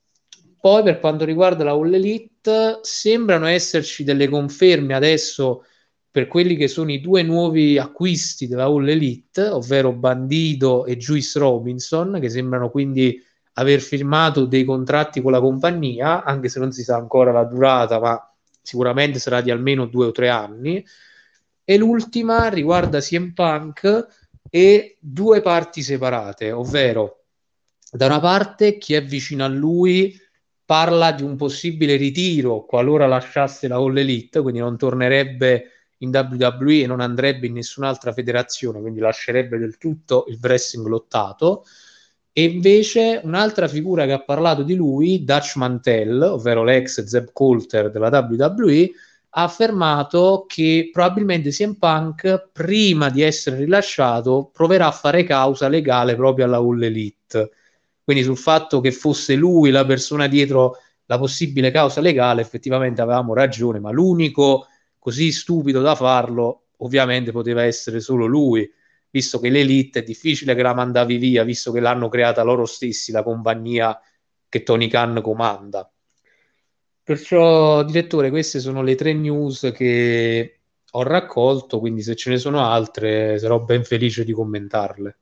Poi per quanto riguarda la All Elite, sembrano esserci delle conferme adesso per quelli che sono i 2 nuovi acquisti della All Elite, ovvero Bandido e Juice Robinson, che sembrano quindi aver firmato dei contratti con la compagnia, anche se non si sa ancora la durata, ma sicuramente sarà di almeno 2 o 3 anni. E l'ultima riguarda CM Punk e 2 parti separate, ovvero da una parte chi è vicino a lui parla di un possibile ritiro qualora lasciasse la All Elite, quindi non tornerebbe in WWE e non andrebbe in nessun'altra federazione, quindi lascerebbe del tutto il wrestling lottato. E invece un'altra figura che ha parlato di lui, Dutch Mantel, ovvero l'ex Zeb Coulter della WWE, ha affermato che probabilmente CM Punk, prima di essere rilasciato, proverà a fare causa legale proprio alla All Elite. Quindi sul fatto che fosse lui la persona dietro la possibile causa legale, effettivamente avevamo ragione, ma l'unico così stupido da farlo ovviamente poteva essere solo lui, visto che l'Elite è difficile che la mandavi via, visto che l'hanno creata loro stessi, la compagnia che Tony Khan comanda. Perciò, direttore, queste sono le 3 news che ho raccolto, quindi se ce ne sono altre sarò ben felice di commentarle.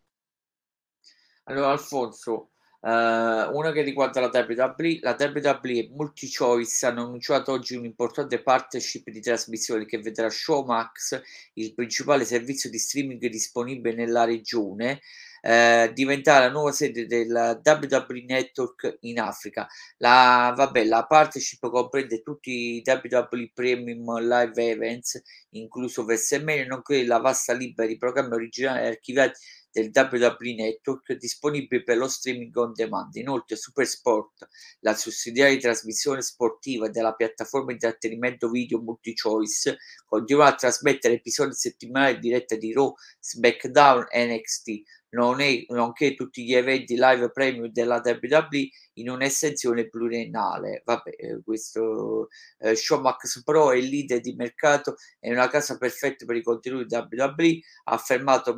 Allora, Alfonso, una che riguarda la WWE. La WWE e MultiChoice hanno annunciato oggi un'importante partnership di trasmissione che vedrà Showmax, il principale servizio di streaming disponibile nella regione, diventare la nuova sede del WWE Network in Africa. La partnership comprende tutti i WWE Premium Live Events, incluso WrestleMania, nonché la vasta libera di programmi originali e archiviati del WWE Network disponibili per lo streaming on demand. Inoltre SuperSport, la sussidiaria di trasmissione sportiva della piattaforma di intrattenimento video MultiChoice, continuerà a trasmettere episodi settimanali in diretta di Raw, SmackDown e NXT, nonché tutti gli eventi live premium della WWE in un'estensione pluriennale. Questo Showmax Pro è il leader di mercato, è una casa perfetta per i contenuti WWE, ha affermato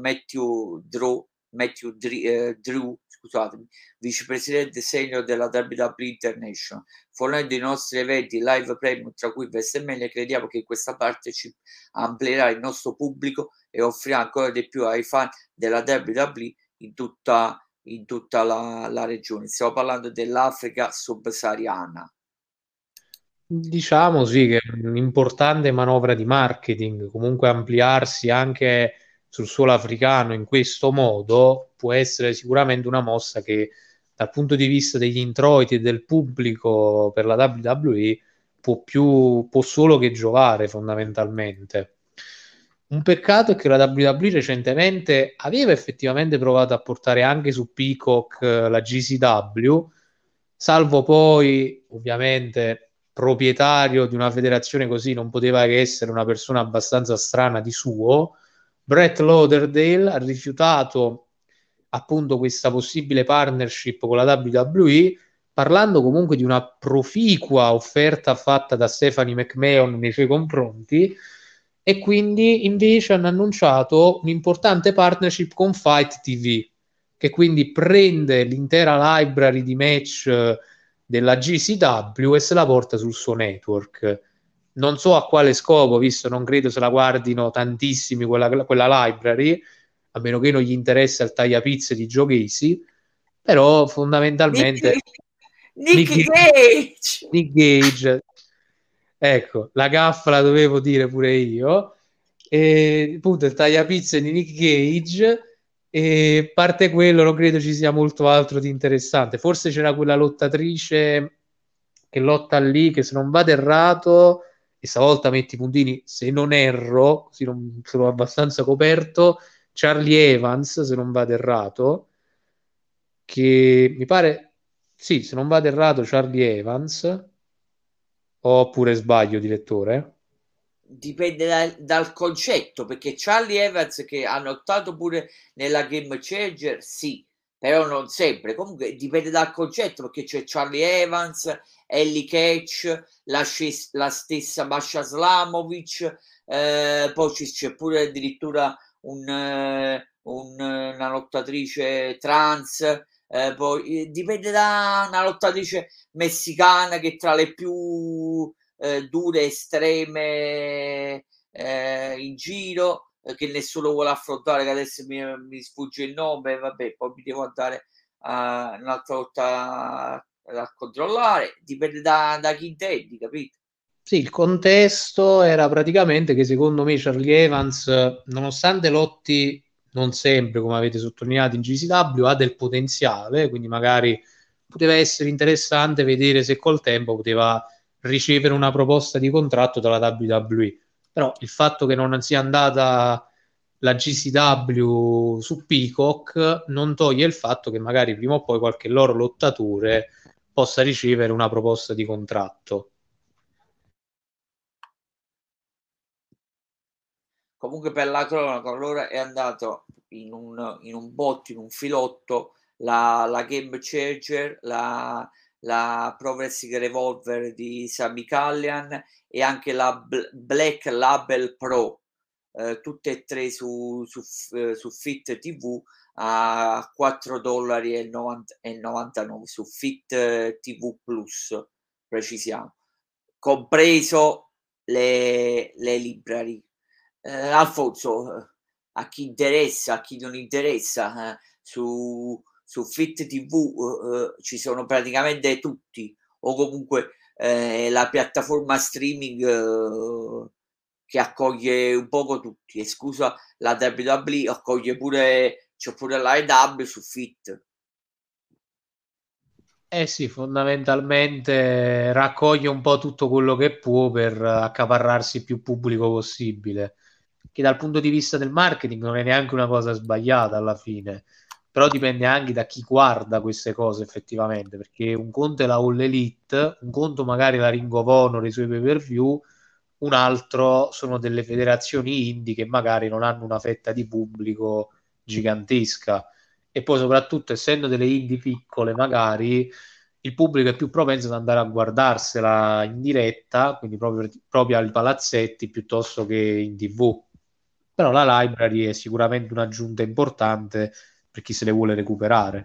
Drew, scusatemi, vicepresidente senior della WWE International. Fornendo i nostri eventi live premium, tra cui WrestleMania, crediamo che questa partnership amplierà il nostro pubblico e offrirà ancora di più ai fan della WWE in tutta la regione. Stiamo parlando dell'Africa subsahariana. Diciamo sì che è un'importante manovra di marketing, comunque ampliarsi anche sul suolo africano in questo modo può essere sicuramente una mossa che dal punto di vista degli introiti e del pubblico per la WWE può solo che giovare fondamentalmente. Un peccato è che la WWE recentemente aveva effettivamente provato a portare anche su Peacock la GCW, salvo poi ovviamente proprietario di una federazione così non poteva che essere una persona abbastanza strana di suo, Brett Lauderdale ha rifiutato appunto questa possibile partnership con la WWE, parlando comunque di una proficua offerta fatta da Stephanie McMahon nei suoi confronti, e quindi invece hanno annunciato un'importante partnership con Fight TV, che quindi prende l'intera library di match della GCW e se la porta sul suo network. Non so a quale scopo, visto non credo se la guardino tantissimi quella library, a meno che non gli interessa il tagliapizze di Joe Gacy, però fondamentalmente Nick Nick Gage, Gage. Nick Gage, ecco, la gaffa la dovevo dire pure io, e appunto il tagliapizze di Nick Gage, e parte quello non credo ci sia molto altro di interessante. Forse c'era quella lottatrice che lotta lì, che se non vado errato, e stavolta metti i puntini, se non erro, così non sono abbastanza coperto, Charlie Evans, se non vado errato, che mi pare, sì, se non vado errato, Charlie Evans, oppure sbaglio, direttore? Dipende dal concetto, perché Charlie Evans che ha lottato pure nella Game Changer, sì, però non sempre. Comunque dipende dal concetto, perché c'è Charlie Evans, Ellie Catch, la stessa Masha Slamovic, poi c'è pure addirittura una lottatrice trans, poi dipende da una lottatrice messicana che tra le più dure, estreme in giro, che nessuno vuole affrontare, che adesso mi sfugge il nome, vabbè, poi mi devo andare un'altra volta a controllare, dipende da chi intendi, capito? Sì, il contesto era praticamente che secondo me Charlie Evans, nonostante lotti non sempre, come avete sottolineato, in GCW, ha del potenziale, quindi magari poteva essere interessante vedere se col tempo poteva ricevere una proposta di contratto dalla WWE. Però il fatto che non sia andata la GCW su Peacock non toglie il fatto che magari prima o poi qualche loro lottatore possa ricevere una proposta di contratto. Comunque per la cronaca, allora è andato in un botto, in un filotto, la Game Changer, la Pro Wrestling Revolver di Sami Callian e anche la Black Label Pro, tutte e tre su Fit TV a 4,99 su Fit TV Plus, precisiamo, compreso le library. Alfonso, a chi interessa, a chi non interessa, su Fit TV ci sono praticamente tutti, o comunque la piattaforma streaming che accoglie un poco tutti. E scusa, la WWE accoglie pure, c'è pure la EW su Fit. Eh sì, fondamentalmente raccoglie un po' tutto quello che può per accaparrarsi il più pubblico possibile, che dal punto di vista del marketing non è neanche una cosa sbagliata alla fine, però dipende anche da chi guarda queste cose effettivamente, perché un conto è la All Elite, un conto magari la Ring of Honor, i suoi pay-per-view, un altro sono delle federazioni indie che magari non hanno una fetta di pubblico gigantesca, e poi soprattutto essendo delle indie piccole magari il pubblico è più propenso ad andare a guardarsela in diretta, quindi proprio ai palazzetti piuttosto che in TV. Però la library è sicuramente un'aggiunta importante per chi se le vuole recuperare.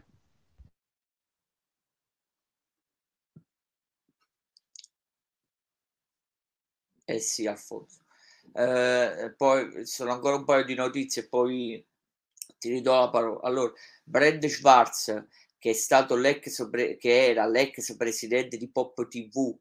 Eh sì, Alfonso. Poi sono ancora un paio di notizie e poi ti ridò la parola. Allora, Brad Schwartz, che era l'ex presidente di Pop TV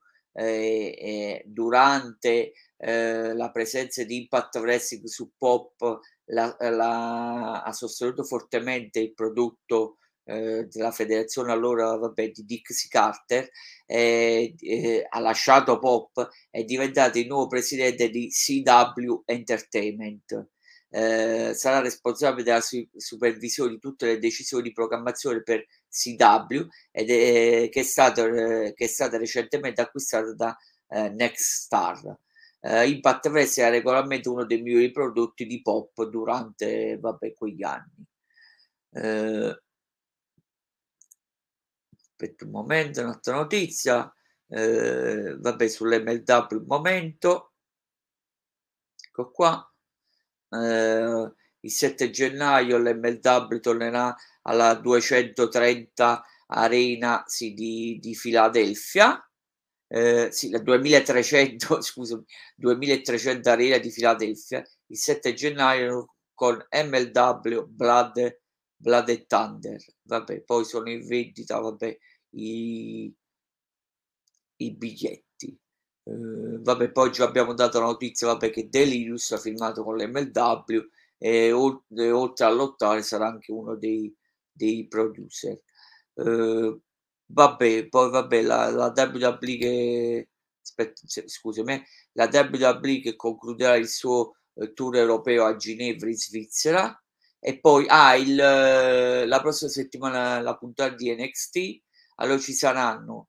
durante la presenza di Impact Wrestling su Pop, ha sostenuto fortemente il prodotto della federazione allora, vabbè, di Dixie Carter, ha lasciato Pop, è diventato il nuovo presidente di CW Entertainment. Sarà responsabile della supervisione di tutte le decisioni di programmazione per CW che è stata recentemente acquistata da Next Star. Impact Wrestling era regolarmente uno dei migliori prodotti di pop durante, vabbè, quegli anni. Aspetta un momento, un'altra notizia, vabbè, sull'MLW un momento, ecco qua. Il 7 gennaio l'MLW tornerà alla 230 Arena, sì, di Filadelfia. Sì, la 2300 scusami, 2300 Arena di Filadelfia, il 7 gennaio con MLW Blood e Thunder. Vabbè, poi sono in vendita, vabbè, i biglietti. Vabbè, poi già abbiamo dato la notizia, vabbè, che Delirious ha firmato con l'MLW e oltre a lottare sarà anche uno dei producer. Vabbè, poi vabbè, la WWE che scusami, la WWE che concluderà il suo tour europeo a Ginevra in Svizzera, e poi la prossima settimana la puntata di NXT, allora ci saranno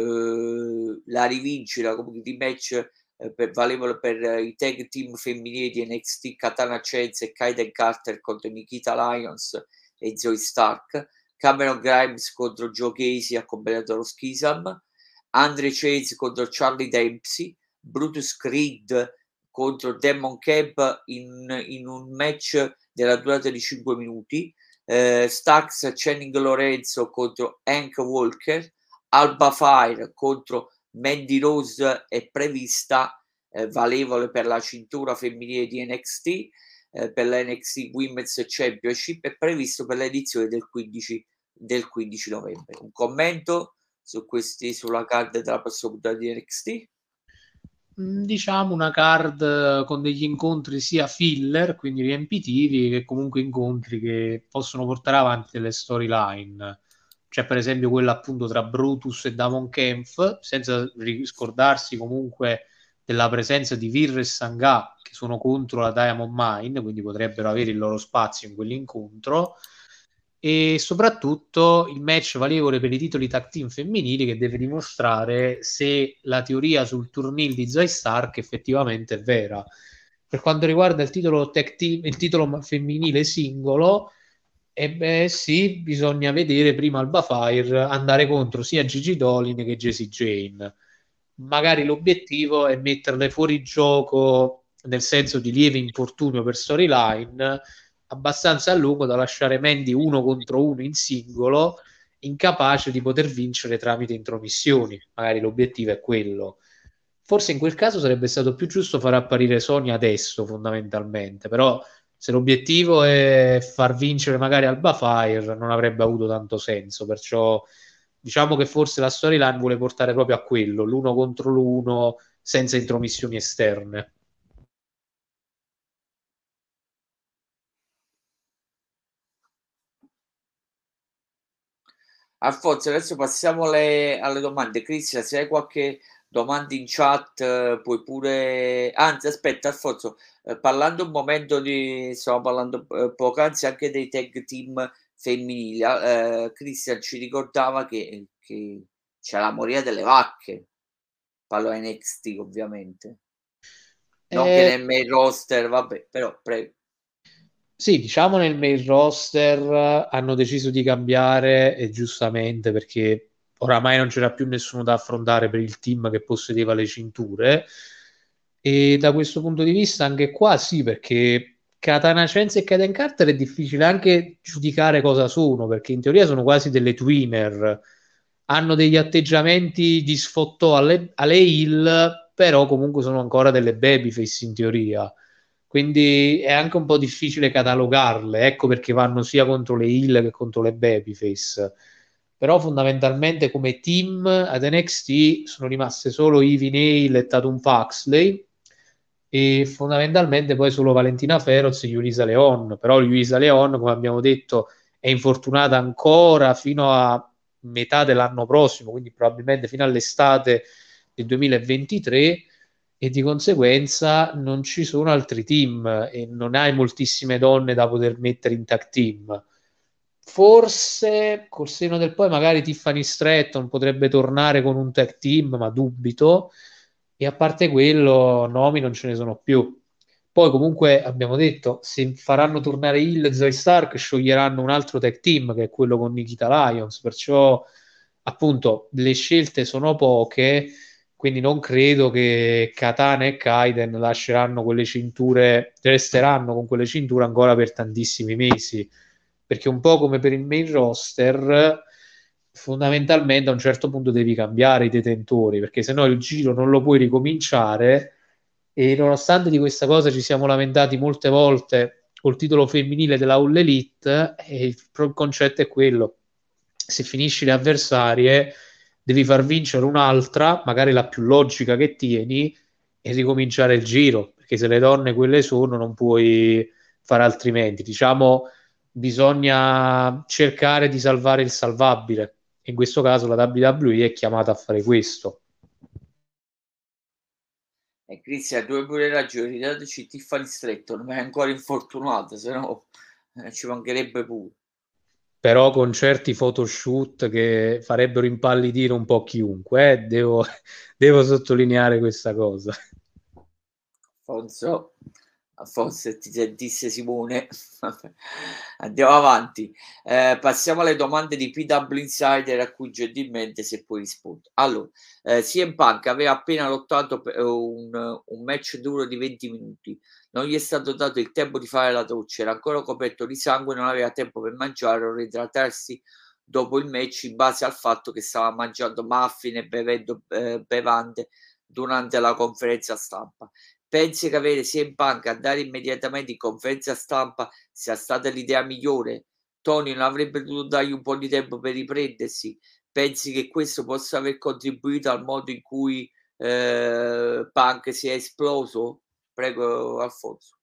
la rivincita comunque di match valevole per i tag team femminili di NXT, Katana Chance e Kaiden Carter contro Nikita Lyons e Zoe Stark, Cameron Grimes contro Joe Casey accompagnato dallo Schism, Andre Chase contro Charlie Dempsey, Brutus Creed contro Demon Camp in un match della durata di 5 minuti, Stax Channing Lorenzo contro Hank Walker, Alba Fire contro Mandy Rose è prevista, valevole per la cintura femminile di NXT, per la NXT Women's Championship, è previsto per l'edizione del 15 novembre. Un commento sulla card della prossima puntata di NXT? Diciamo una card con degli incontri sia filler, quindi riempitivi, che comunque incontri che possono portare avanti delle storyline. C'è per esempio quella appunto tra Brutus e Damon Kempf, senza riscordarsi comunque della presenza di Vir e Sangha, che sono contro la Diamond Mine, quindi potrebbero avere il loro spazio in quell'incontro. E soprattutto il match valevole per i titoli tag team femminili, che deve dimostrare se la teoria sul turnil di Zoe Stark effettivamente è vera. Per quanto riguarda il titolo tag team, il titolo femminile singolo, sì, bisogna vedere prima Alba Fire andare contro sia Gigi Dolin che Jessie Jane. Magari l'obiettivo è metterle fuori gioco nel senso di lieve infortunio per storyline, abbastanza a lungo da lasciare Mandy uno contro uno in singolo, incapace di poter vincere tramite intromissioni. Magari l'obiettivo è quello. Forse in quel caso sarebbe stato più giusto far apparire Sonya adesso, fondamentalmente, però se l'obiettivo è far vincere magari Alba Fire non avrebbe avuto tanto senso, perciò diciamo che forse la storyline vuole portare proprio a quello, l'uno contro l'uno senza intromissioni esterne. Alfonso, adesso passiamo alle domande. Cristian, se hai qualche domanda in chat, puoi pure... Anzi, aspetta, Alfonso, parlando un momento stiamo parlando poc'anzi anche dei tag team femminili. Cristian ci ricordava che c'è la moria delle vacche. Parlo NXT, ovviamente. Non che nel main roster, vabbè, però prego. Sì, diciamo nel main roster hanno deciso di cambiare e giustamente perché oramai non c'era più nessuno da affrontare per il team che possedeva le cinture e da questo punto di vista anche qua sì, perché Katana Chance e Kaden Carter è difficile anche giudicare cosa sono, perché in teoria sono quasi delle twinner, hanno degli atteggiamenti di sfottò alle heel, però comunque sono ancora delle babyface in teoria, quindi è anche un po' difficile catalogarle, ecco perché vanno sia contro le heel che contro le babyface. Però fondamentalmente come team ad NXT sono rimaste solo Ivy Nile e Tatum Paxley e fondamentalmente poi solo Valentina Feroz e Yulisa Leon. Però Yulisa Leon, come abbiamo detto, è infortunata ancora fino a metà dell'anno prossimo, quindi probabilmente fino all'estate del 2023, e di conseguenza non ci sono altri team e non hai moltissime donne da poter mettere in tag team. Forse col seno del poi magari Tiffany Stratton potrebbe tornare con un tag team, ma dubito. e a parte quello nomi non ce ne sono più. Poi comunque abbiamo detto, se faranno tornare Hill e Zoe Stark, scioglieranno un altro tag team che è quello con Nikita Lyons, perciò appunto le scelte sono poche, quindi non credo che Katana e Kaiden lasceranno quelle cinture, resteranno con quelle cinture ancora per tantissimi mesi, perché un po' come per il main roster, fondamentalmente a un certo punto devi cambiare i detentori, perché se no il giro non lo puoi ricominciare e nonostante di questa cosa ci siamo lamentati molte volte col titolo femminile della All Elite, il concetto è quello. Se finisci le avversarie, devi far vincere un'altra, magari la più logica che tieni, e ricominciare il giro, perché se le donne quelle sono, non puoi fare altrimenti. Diciamo, bisogna cercare di salvare il salvabile. In questo caso la WWE è chiamata a fare questo. E Cristian, tu hai pure ragione, ridateci Tiffany Stratton, ma è ancora infortunato, se no ci mancherebbe pure. Però con certi photoshoot che farebbero impallidire un po' chiunque, devo sottolineare questa cosa. Alfonso, forse ti sentisse Simone. Andiamo avanti. Passiamo alle domande di PW Insider a cui gentilmente se puoi rispondere. Allora, CM Punk aveva appena lottato per un match duro di 20 minuti. Non gli è stato dato il tempo di fare la doccia, era ancora coperto di sangue, non aveva tempo per mangiare o reidratarsi dopo il match in base al fatto che stava mangiando muffin e bevendo bevande durante la conferenza stampa. Pensi che avere CM Punk andare immediatamente in conferenza stampa sia stata l'idea migliore? Tony non avrebbe dovuto dargli un po' di tempo per riprendersi? Pensi che questo possa aver contribuito al modo in cui Punk si è esploso? Prego, Alfonso.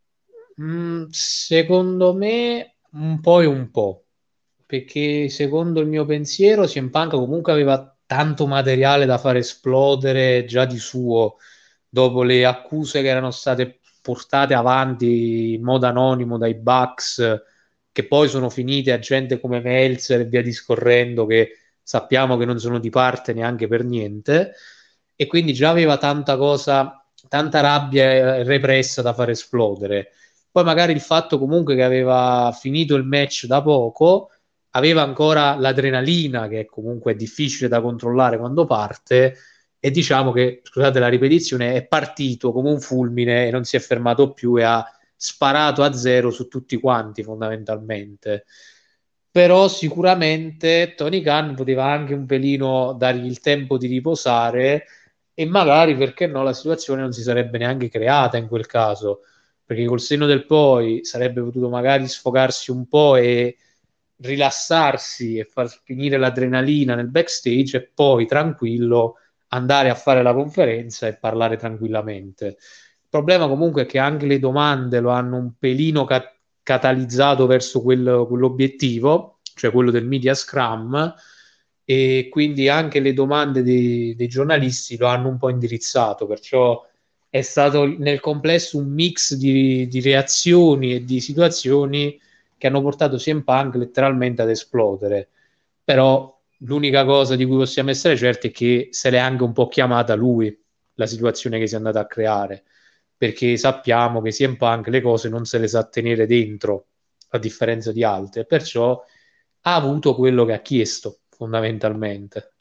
Secondo me un po' e un po', perché secondo il mio pensiero CM Punk comunque aveva tanto materiale da far esplodere già di suo, dopo le accuse che erano state portate avanti in modo anonimo dai Bucks, che poi sono finite a gente come Meltzer e via discorrendo, che sappiamo che non sono di parte neanche per niente, e quindi già aveva tanta cosa, tanta rabbia repressa da far esplodere. Poi magari il fatto comunque che aveva finito il match da poco, aveva ancora l'adrenalina, che comunque è difficile da controllare quando parte, e diciamo che, scusate la ripetizione, è partito come un fulmine e non si è fermato più e ha sparato a zero su tutti quanti fondamentalmente. Però sicuramente Tony Khan poteva anche un pelino dargli il tempo di riposare e magari, perché no, la situazione non si sarebbe neanche creata in quel caso, perché col senno del poi sarebbe potuto magari sfogarsi un po' e rilassarsi e far finire l'adrenalina nel backstage e poi tranquillo andare a fare la conferenza e parlare tranquillamente. Il problema comunque è che anche le domande lo hanno un pelino catalizzato verso quell'obiettivo, cioè quello del media scrum, e quindi anche le domande dei giornalisti lo hanno un po' indirizzato, perciò è stato nel complesso un mix di reazioni e di situazioni che hanno portato CM Punk letteralmente ad esplodere. Però l'unica cosa di cui possiamo essere certi è che se l'è anche un po' chiamata lui la situazione che si è andata a creare, perché sappiamo che CM Punk le cose non se le sa tenere dentro, a differenza di altri, e perciò ha avuto quello che ha chiesto, fondamentalmente.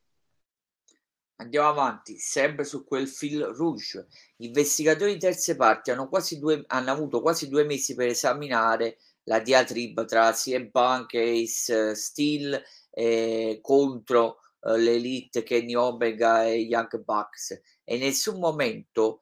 Andiamo avanti, sempre su quel fil rouge. Gli investigatori di terze parti hanno avuto quasi 2 mesi per esaminare la diatriba tra CM Punk e Ace Steel contro l'Elite Kenny Omega e Young Bucks e in nessun momento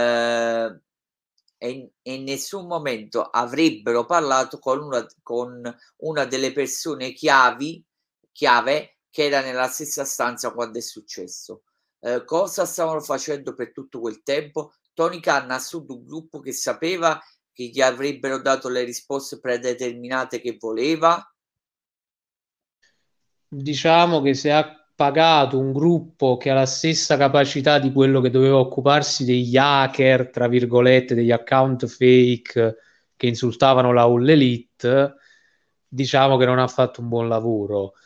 in nessun momento avrebbero parlato con una delle persone chiave che era nella stessa stanza quando è successo. Cosa stavano facendo per tutto quel tempo? Tony Khan ha assunto un gruppo che sapeva che gli avrebbero dato le risposte predeterminate che voleva. Diciamo che se ha pagato un gruppo che ha la stessa capacità di quello che doveva occuparsi degli hacker, tra virgolette, degli account fake che insultavano la All Elite, diciamo che non ha fatto un buon lavoro.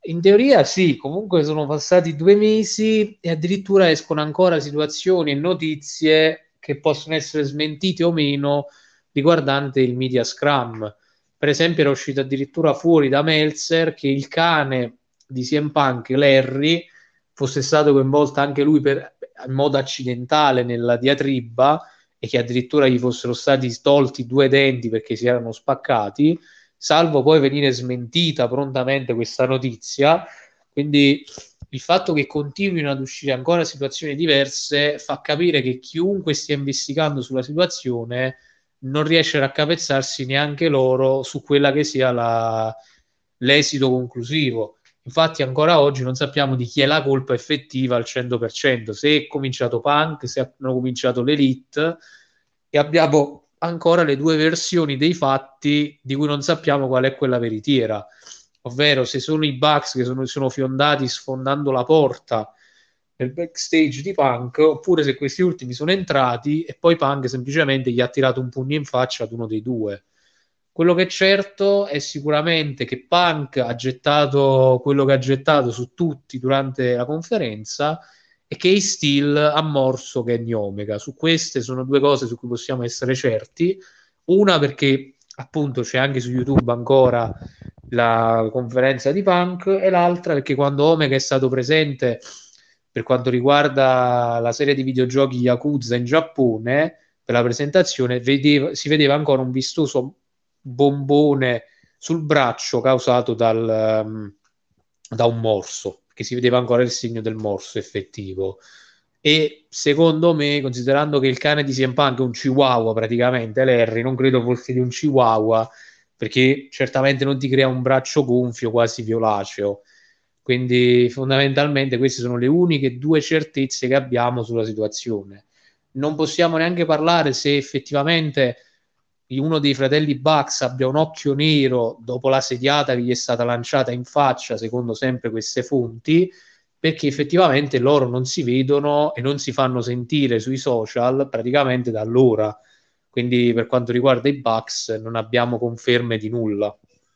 In teoria sì, comunque sono passati 2 mesi e addirittura escono ancora situazioni e notizie che possono essere smentite o meno riguardante il media scrum. Per esempio era uscito addirittura fuori da Meltzer che il cane di CM Punk, Larry, fosse stato coinvolto anche lui in modo accidentale nella diatriba e che addirittura gli fossero stati tolti 2 denti perché si erano spaccati, salvo poi venire smentita prontamente questa notizia. Quindi il fatto che continuino ad uscire ancora situazioni diverse fa capire che chiunque stia investigando sulla situazione non riesce a raccapezzarsi neanche loro su quella che sia l'esito conclusivo. Infatti ancora oggi non sappiamo di chi è la colpa effettiva al 100%, se è cominciato Punk, se hanno cominciato l'Elite, e abbiamo ancora le due versioni dei fatti di cui non sappiamo qual è quella veritiera, ovvero se sono i Bucks che sono fiondati sfondando la porta nel backstage di Punk, oppure se questi ultimi sono entrati e poi Punk semplicemente gli ha tirato un pugno in faccia ad uno dei due. Quello che è certo è sicuramente che Punk ha gettato quello che ha gettato su tutti durante la conferenza e che Steel ha morso Kenny Omega. Su queste sono due cose su cui possiamo essere certi. Una perché appunto c'è anche su YouTube ancora la conferenza di Punk e l'altra perché quando Omega è stato presente per quanto riguarda la serie di videogiochi Yakuza in Giappone per la presentazione si vedeva ancora un vistoso bombone sul braccio causato da un morso, che si vedeva ancora il segno del morso effettivo. E secondo me, considerando che il cane di CM Punk è un chihuahua praticamente, Larry, non credo fosse di un chihuahua, perché certamente non ti crea un braccio gonfio quasi violaceo. Quindi fondamentalmente queste sono le uniche due certezze che abbiamo sulla situazione. Non possiamo neanche parlare se effettivamente uno dei fratelli Bucks abbia un occhio nero dopo la sediata che gli è stata lanciata in faccia, secondo sempre queste fonti, perché effettivamente loro non si vedono e non si fanno sentire sui social praticamente da allora. Quindi per quanto riguarda i Bucks non abbiamo conferme di nulla.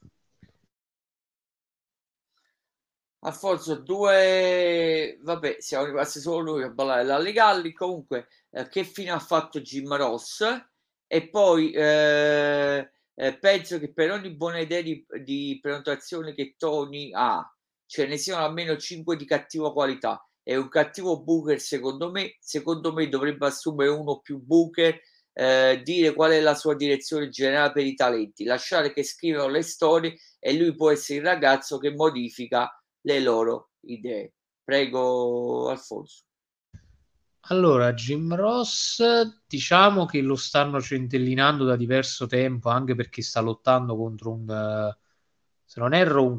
Alfonso, due, vabbè, siamo rimasti solo noi a ballare la Legalli. Comunque, che fine ha fatto Jim Ross? E poi penso che per ogni buona idea di prenotazione che Tony ha, ce ne siano almeno 5 di cattiva qualità. È un cattivo booker, secondo me dovrebbe assumere uno o più booker, dire qual è la sua direzione generale per i talenti, lasciare che scrivano le storie e lui può essere il ragazzo che modifica le loro idee. Prego, Alfonso. Allora, Jim Ross, diciamo che lo stanno centellinando da diverso tempo, anche perché sta lottando contro se non erro, un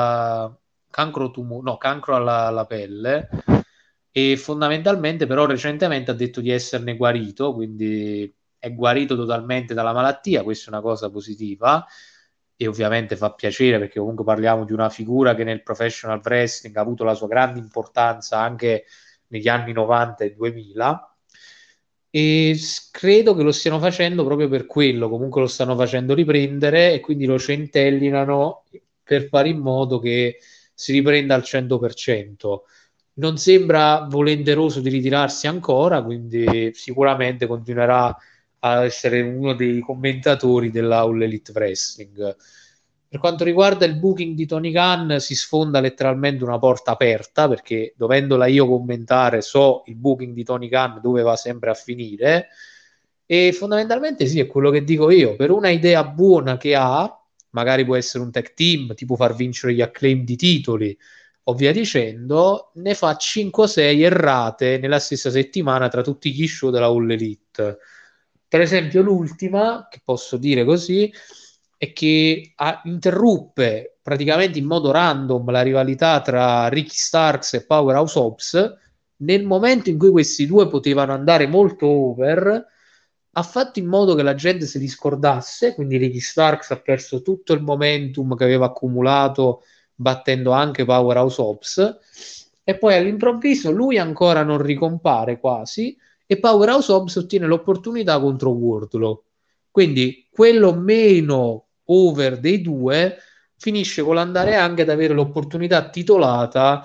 cancro alla pelle. E fondamentalmente, però, recentemente ha detto di esserne guarito, quindi è guarito totalmente dalla malattia. Questa è una cosa positiva e ovviamente fa piacere perché comunque parliamo di una figura che nel professional wrestling ha avuto la sua grande importanza anche negli anni 90 e 2000 e credo che lo stiano facendo proprio per quello, comunque lo stanno facendo riprendere e quindi lo centellinano per fare in modo che si riprenda al 100%. Non sembra volenteroso di ritirarsi ancora, quindi sicuramente continuerà a essere uno dei commentatori della All Elite Wrestling. Per quanto riguarda il booking di Tony Khan, si sfonda letteralmente una porta aperta perché dovendola io commentare so il booking di Tony Khan dove va sempre a finire e fondamentalmente sì, è quello che dico io. Per una idea buona che ha, magari può essere un tag team, tipo far vincere gli acclaim di titoli o via dicendo, ne fa 5-6 errate nella stessa settimana tra tutti gli show della All Elite. Per esempio, l'ultima, che posso dire così, è che interruppe praticamente in modo random la rivalità tra Ricky Starks e Powerhouse Hobbs nel momento in cui questi due potevano andare molto over. Ha fatto in modo che la gente se li scordasse, quindi Ricky Starks ha perso tutto il momentum che aveva accumulato battendo anche Powerhouse Hobbs e poi all'improvviso lui ancora non ricompare quasi e Powerhouse Hobbs ottiene l'opportunità contro Wardlow. Quindi quello meno over dei due finisce con l'andare anche ad avere l'opportunità titolata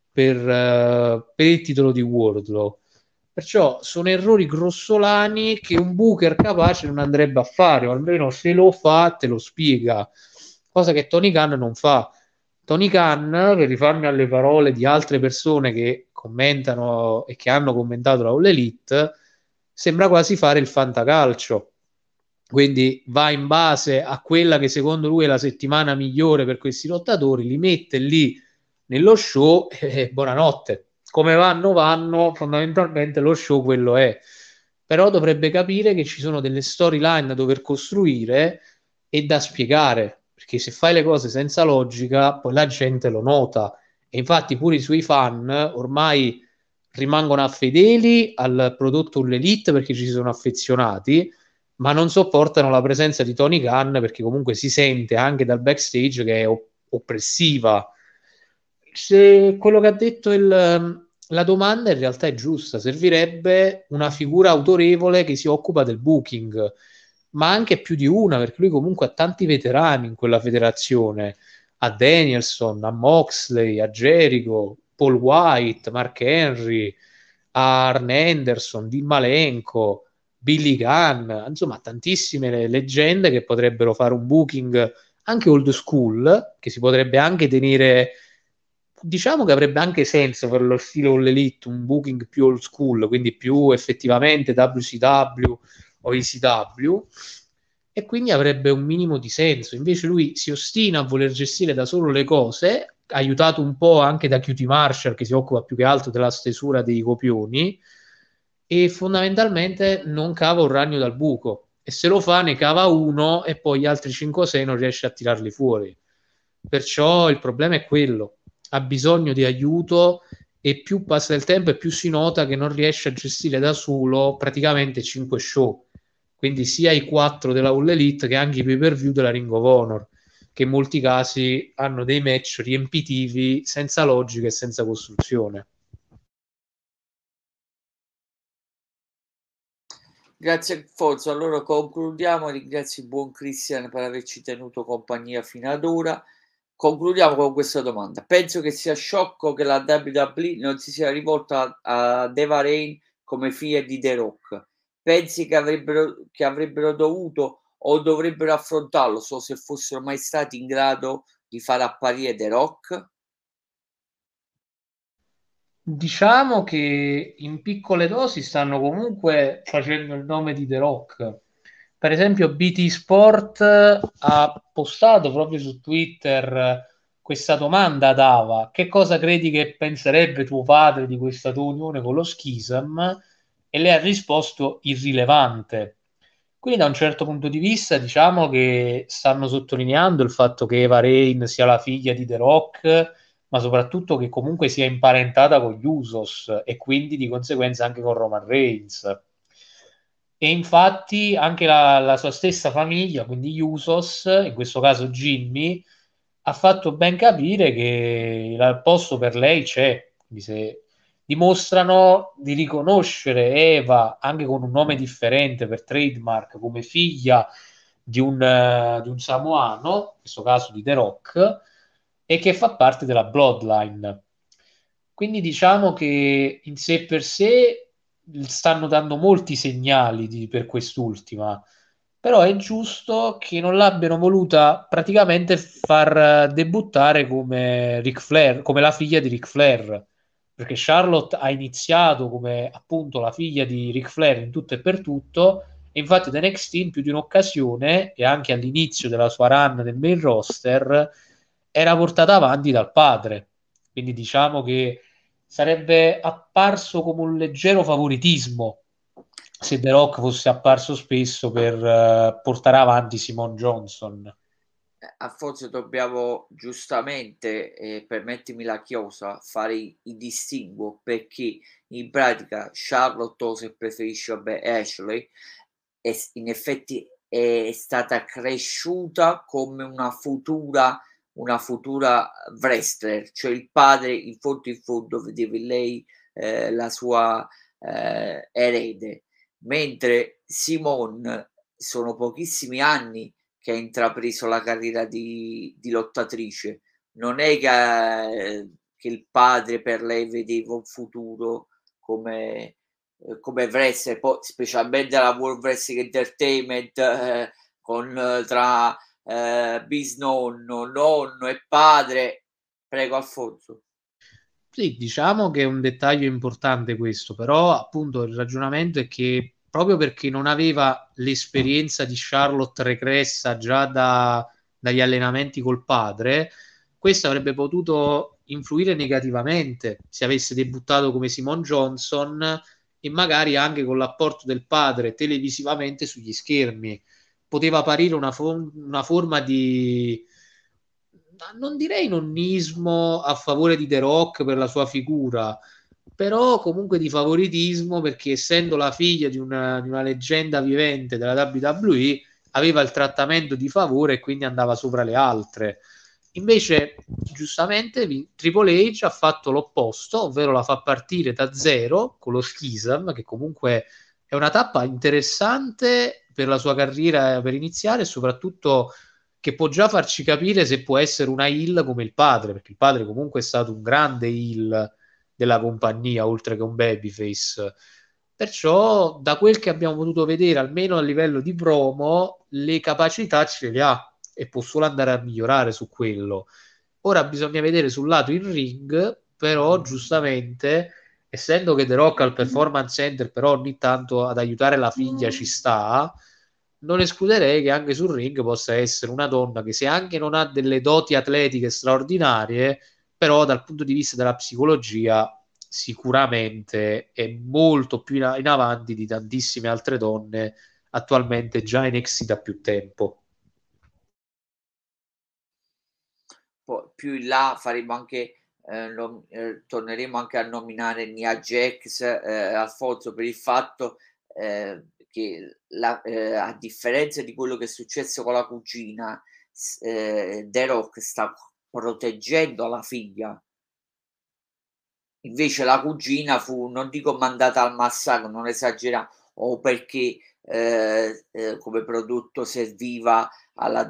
per il titolo di Wardlow. Perciò sono errori grossolani che un Booker capace non andrebbe a fare, o almeno se lo fa te lo spiega, cosa che Tony Khan non fa. Tony Khan, per rifarmi alle parole di altre persone che commentano e che hanno commentato la All Elite, sembra quasi fare il fantacalcio. Quindi va in base a quella che secondo lui è la settimana migliore per questi lottatori, li mette lì nello show e buonanotte. Come vanno, vanno, fondamentalmente lo show quello è. Però dovrebbe capire che ci sono delle storyline da dover costruire e da spiegare, perché se fai le cose senza logica, poi la gente lo nota. E infatti pure i suoi fan ormai rimangono fedeli al prodotto All-Elite perché ci sono affezionati, ma non sopportano la presenza di Tony Khan perché comunque si sente anche dal backstage che è oppressiva. Se quello che ha detto la domanda in realtà è giusta, servirebbe una figura autorevole che si occupa del booking, ma anche più di una, perché lui comunque ha tanti veterani in quella federazione, a Danielson, a Moxley, a Jericho, Paul White, Mark Henry, a Arne Anderson, Dean Malenko, Billy Gunn, insomma tantissime leggende che potrebbero fare un booking anche old school, che si potrebbe anche tenere, diciamo che avrebbe anche senso per lo stile All Elite, un booking più old school, quindi più effettivamente WCW o ECW, e quindi avrebbe un minimo di senso. Invece lui si ostina a voler gestire da solo le cose, aiutato un po' anche da QT Marshall, che si occupa più che altro della stesura dei copioni, e fondamentalmente non cava un ragno dal buco. E se lo fa, ne cava uno e poi gli altri 5-6 non riesce a tirarli fuori. Perciò il problema è quello. Ha bisogno di aiuto e più passa il tempo e più si nota che non riesce a gestire da solo praticamente 5 show. Quindi sia i 4 della All Elite che anche i pay per view della Ring of Honor, che in molti casi hanno dei match riempitivi senza logica e senza costruzione. Grazie Forza, allora concludiamo, ringrazio il buon Christian per averci tenuto compagnia fino ad ora. Concludiamo con questa domanda: penso che sia sciocco che la WWE non si sia rivolta a Eva Rain come figlia di The Rock. Pensi che avrebbero dovuto o dovrebbero affrontarlo solo se fossero mai stati in grado di far apparire The Rock? Diciamo che in piccole dosi stanno comunque facendo il nome di The Rock. Per esempio, BT Sport ha postato proprio su Twitter questa domanda ad Ava: che cosa credi che penserebbe tuo padre di questa tua unione con lo Schism? E lei ha risposto irrilevante. Quindi, da un certo punto di vista, diciamo che stanno sottolineando il fatto che Eva Rain sia la figlia di The Rock, ma soprattutto che comunque sia imparentata con gli Usos e quindi di conseguenza anche con Roman Reigns. E infatti anche la sua stessa famiglia, quindi gli Usos, in questo caso Jimmy, ha fatto ben capire che il posto per lei c'è. Quindi se dimostrano di riconoscere Eva anche con un nome differente per trademark come figlia di un samoano, in questo caso di The Rock, e che fa parte della Bloodline. Quindi diciamo che in sé per sé stanno dando molti segnali per quest'ultima, però è giusto che non l'abbiano voluta praticamente far debuttare come Ric Flair, come la figlia di Ric Flair, perché Charlotte ha iniziato come appunto la figlia di Ric Flair in tutto e per tutto, e infatti da NXT in più di un'occasione e anche all'inizio della sua run nel main roster era portata avanti dal padre. Quindi diciamo che sarebbe apparso come un leggero favoritismo se The Rock fosse apparso spesso per portare avanti Simon Johnson. A forse dobbiamo giustamente, permettimi la chiosa, fare i distinguo perché in pratica Charlotte o se preferisci vabbè Ashley in effetti è stata cresciuta come una futura wrestler, cioè il padre in fondo vedeva in lei la sua erede, mentre Simone sono pochissimi anni che ha intrapreso la carriera di lottatrice. Non è che il padre per lei vedeva un futuro come wrestler, poi specialmente la World Wrestling Entertainment, con tra bisnonno, nonno e padre. Prego Alfonso. Sì, diciamo che è un dettaglio importante questo, però appunto il ragionamento è che proprio perché non aveva l'esperienza di Charlotte regressa già dagli allenamenti col padre, questo avrebbe potuto influire negativamente se avesse debuttato come Simone Johnson e magari anche con l'apporto del padre televisivamente sugli schermi. Poteva apparire una forma di, non direi nonnismo a favore di The Rock per la sua figura, però comunque di favoritismo perché essendo la figlia di una leggenda vivente della WWE aveva il trattamento di favore e quindi andava sopra le altre. Invece, giustamente, Triple H ha fatto l'opposto, ovvero la fa partire da zero con lo Schism, che comunque è una tappa interessante per la sua carriera per iniziare e soprattutto che può già farci capire se può essere una heel come il padre, perché il padre comunque è stato un grande heel della compagnia, oltre che un babyface. Perciò, da quel che abbiamo potuto vedere, almeno a livello di promo, le capacità ce le ha e può solo andare a migliorare su quello. Ora bisogna vedere sul lato in ring, però giustamente, essendo che The Rock al Performance Center, però ogni tanto ad aiutare la figlia ci sta, non escluderei che anche sul ring possa essere una donna che se anche non ha delle doti atletiche straordinarie, però dal punto di vista della psicologia sicuramente è molto più in avanti di tantissime altre donne attualmente già in NXT da più tempo. Poi più in là faremo anche torneremo anche a nominare Nia Jax, Alfonso, per il fatto che a differenza di quello che è successo con la cugina, The Rock sta proteggendo la figlia. Invece la cugina fu, non dico mandata al massacro, non esagera, o perché come prodotto serviva alla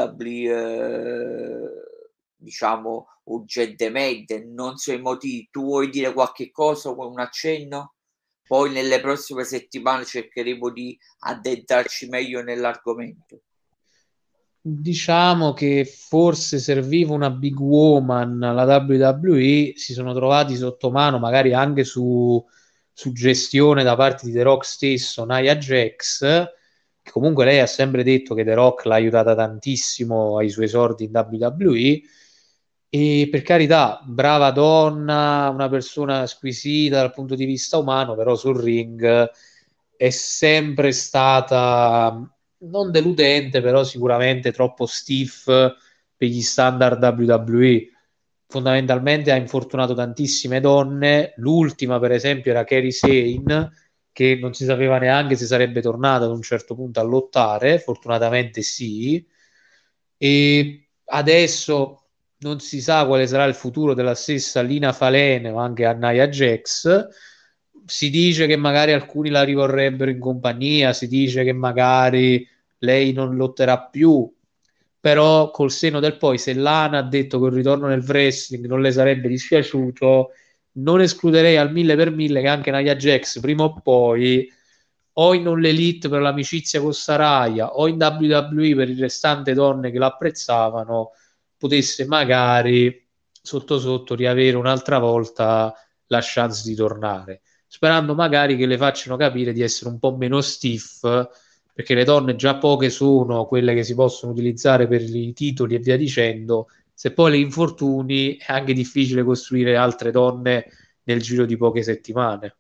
WWE, diciamo urgentemente, non so i motivi. Tu vuoi dire qualche cosa, un accenno? Poi nelle prossime settimane cercheremo di addentrarci meglio nell'argomento. Diciamo che forse serviva una big woman alla WWE, si sono trovati sotto mano magari anche su gestione da parte di The Rock stesso, Nia Jax, che comunque lei ha sempre detto che The Rock l'ha aiutata tantissimo ai suoi esordi in WWE e per carità, brava donna, una persona squisita dal punto di vista umano, però sul ring è sempre stata non deludente, però sicuramente troppo stiff per gli standard WWE. Fondamentalmente ha infortunato tantissime donne. L'ultima, per esempio, era Kairi Sane, che non si sapeva neanche se sarebbe tornata ad un certo punto a lottare. Fortunatamente sì. E adesso non si sa quale sarà il futuro della stessa Lina Falene o anche Anaya Jax. Si dice che magari alcuni la rivorrebbero in compagnia, si dice che magari lei non lotterà più, però col seno del poi, se Lana ha detto che il ritorno nel wrestling non le sarebbe dispiaciuto, non escluderei al 1000 per 1000 che anche Nia Jax prima o poi o in All Elite per l'amicizia con Saraya o in WWE per il restante donne che l'apprezzavano potesse magari sotto sotto riavere un'altra volta la chance di tornare, sperando magari che le facciano capire di essere un po' meno stiff, perché le donne già poche sono quelle che si possono utilizzare per i titoli e via dicendo. Se poi le infortuni è anche difficile costruire altre donne nel giro di poche settimane.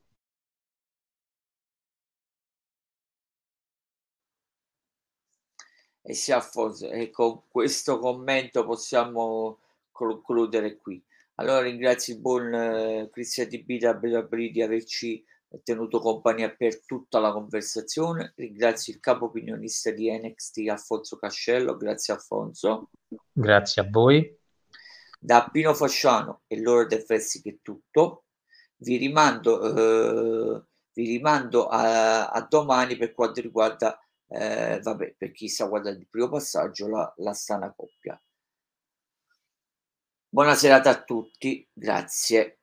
E sì, Alfonso, e con questo commento possiamo concludere qui. Allora ringrazio il buon Cristian di BWW di averci tenuto compagnia per tutta la conversazione. Ringrazio il capo opinionista di NXT Alfonso Cascello, grazie Alfonso. Grazie a voi. Da Pino Fasciano e l'ora del Wrestling è tutto. Vi rimando a domani per quanto riguarda vabbè, per chi sta guardando il primo passaggio, la Strana Coppia. Buona serata a tutti, grazie.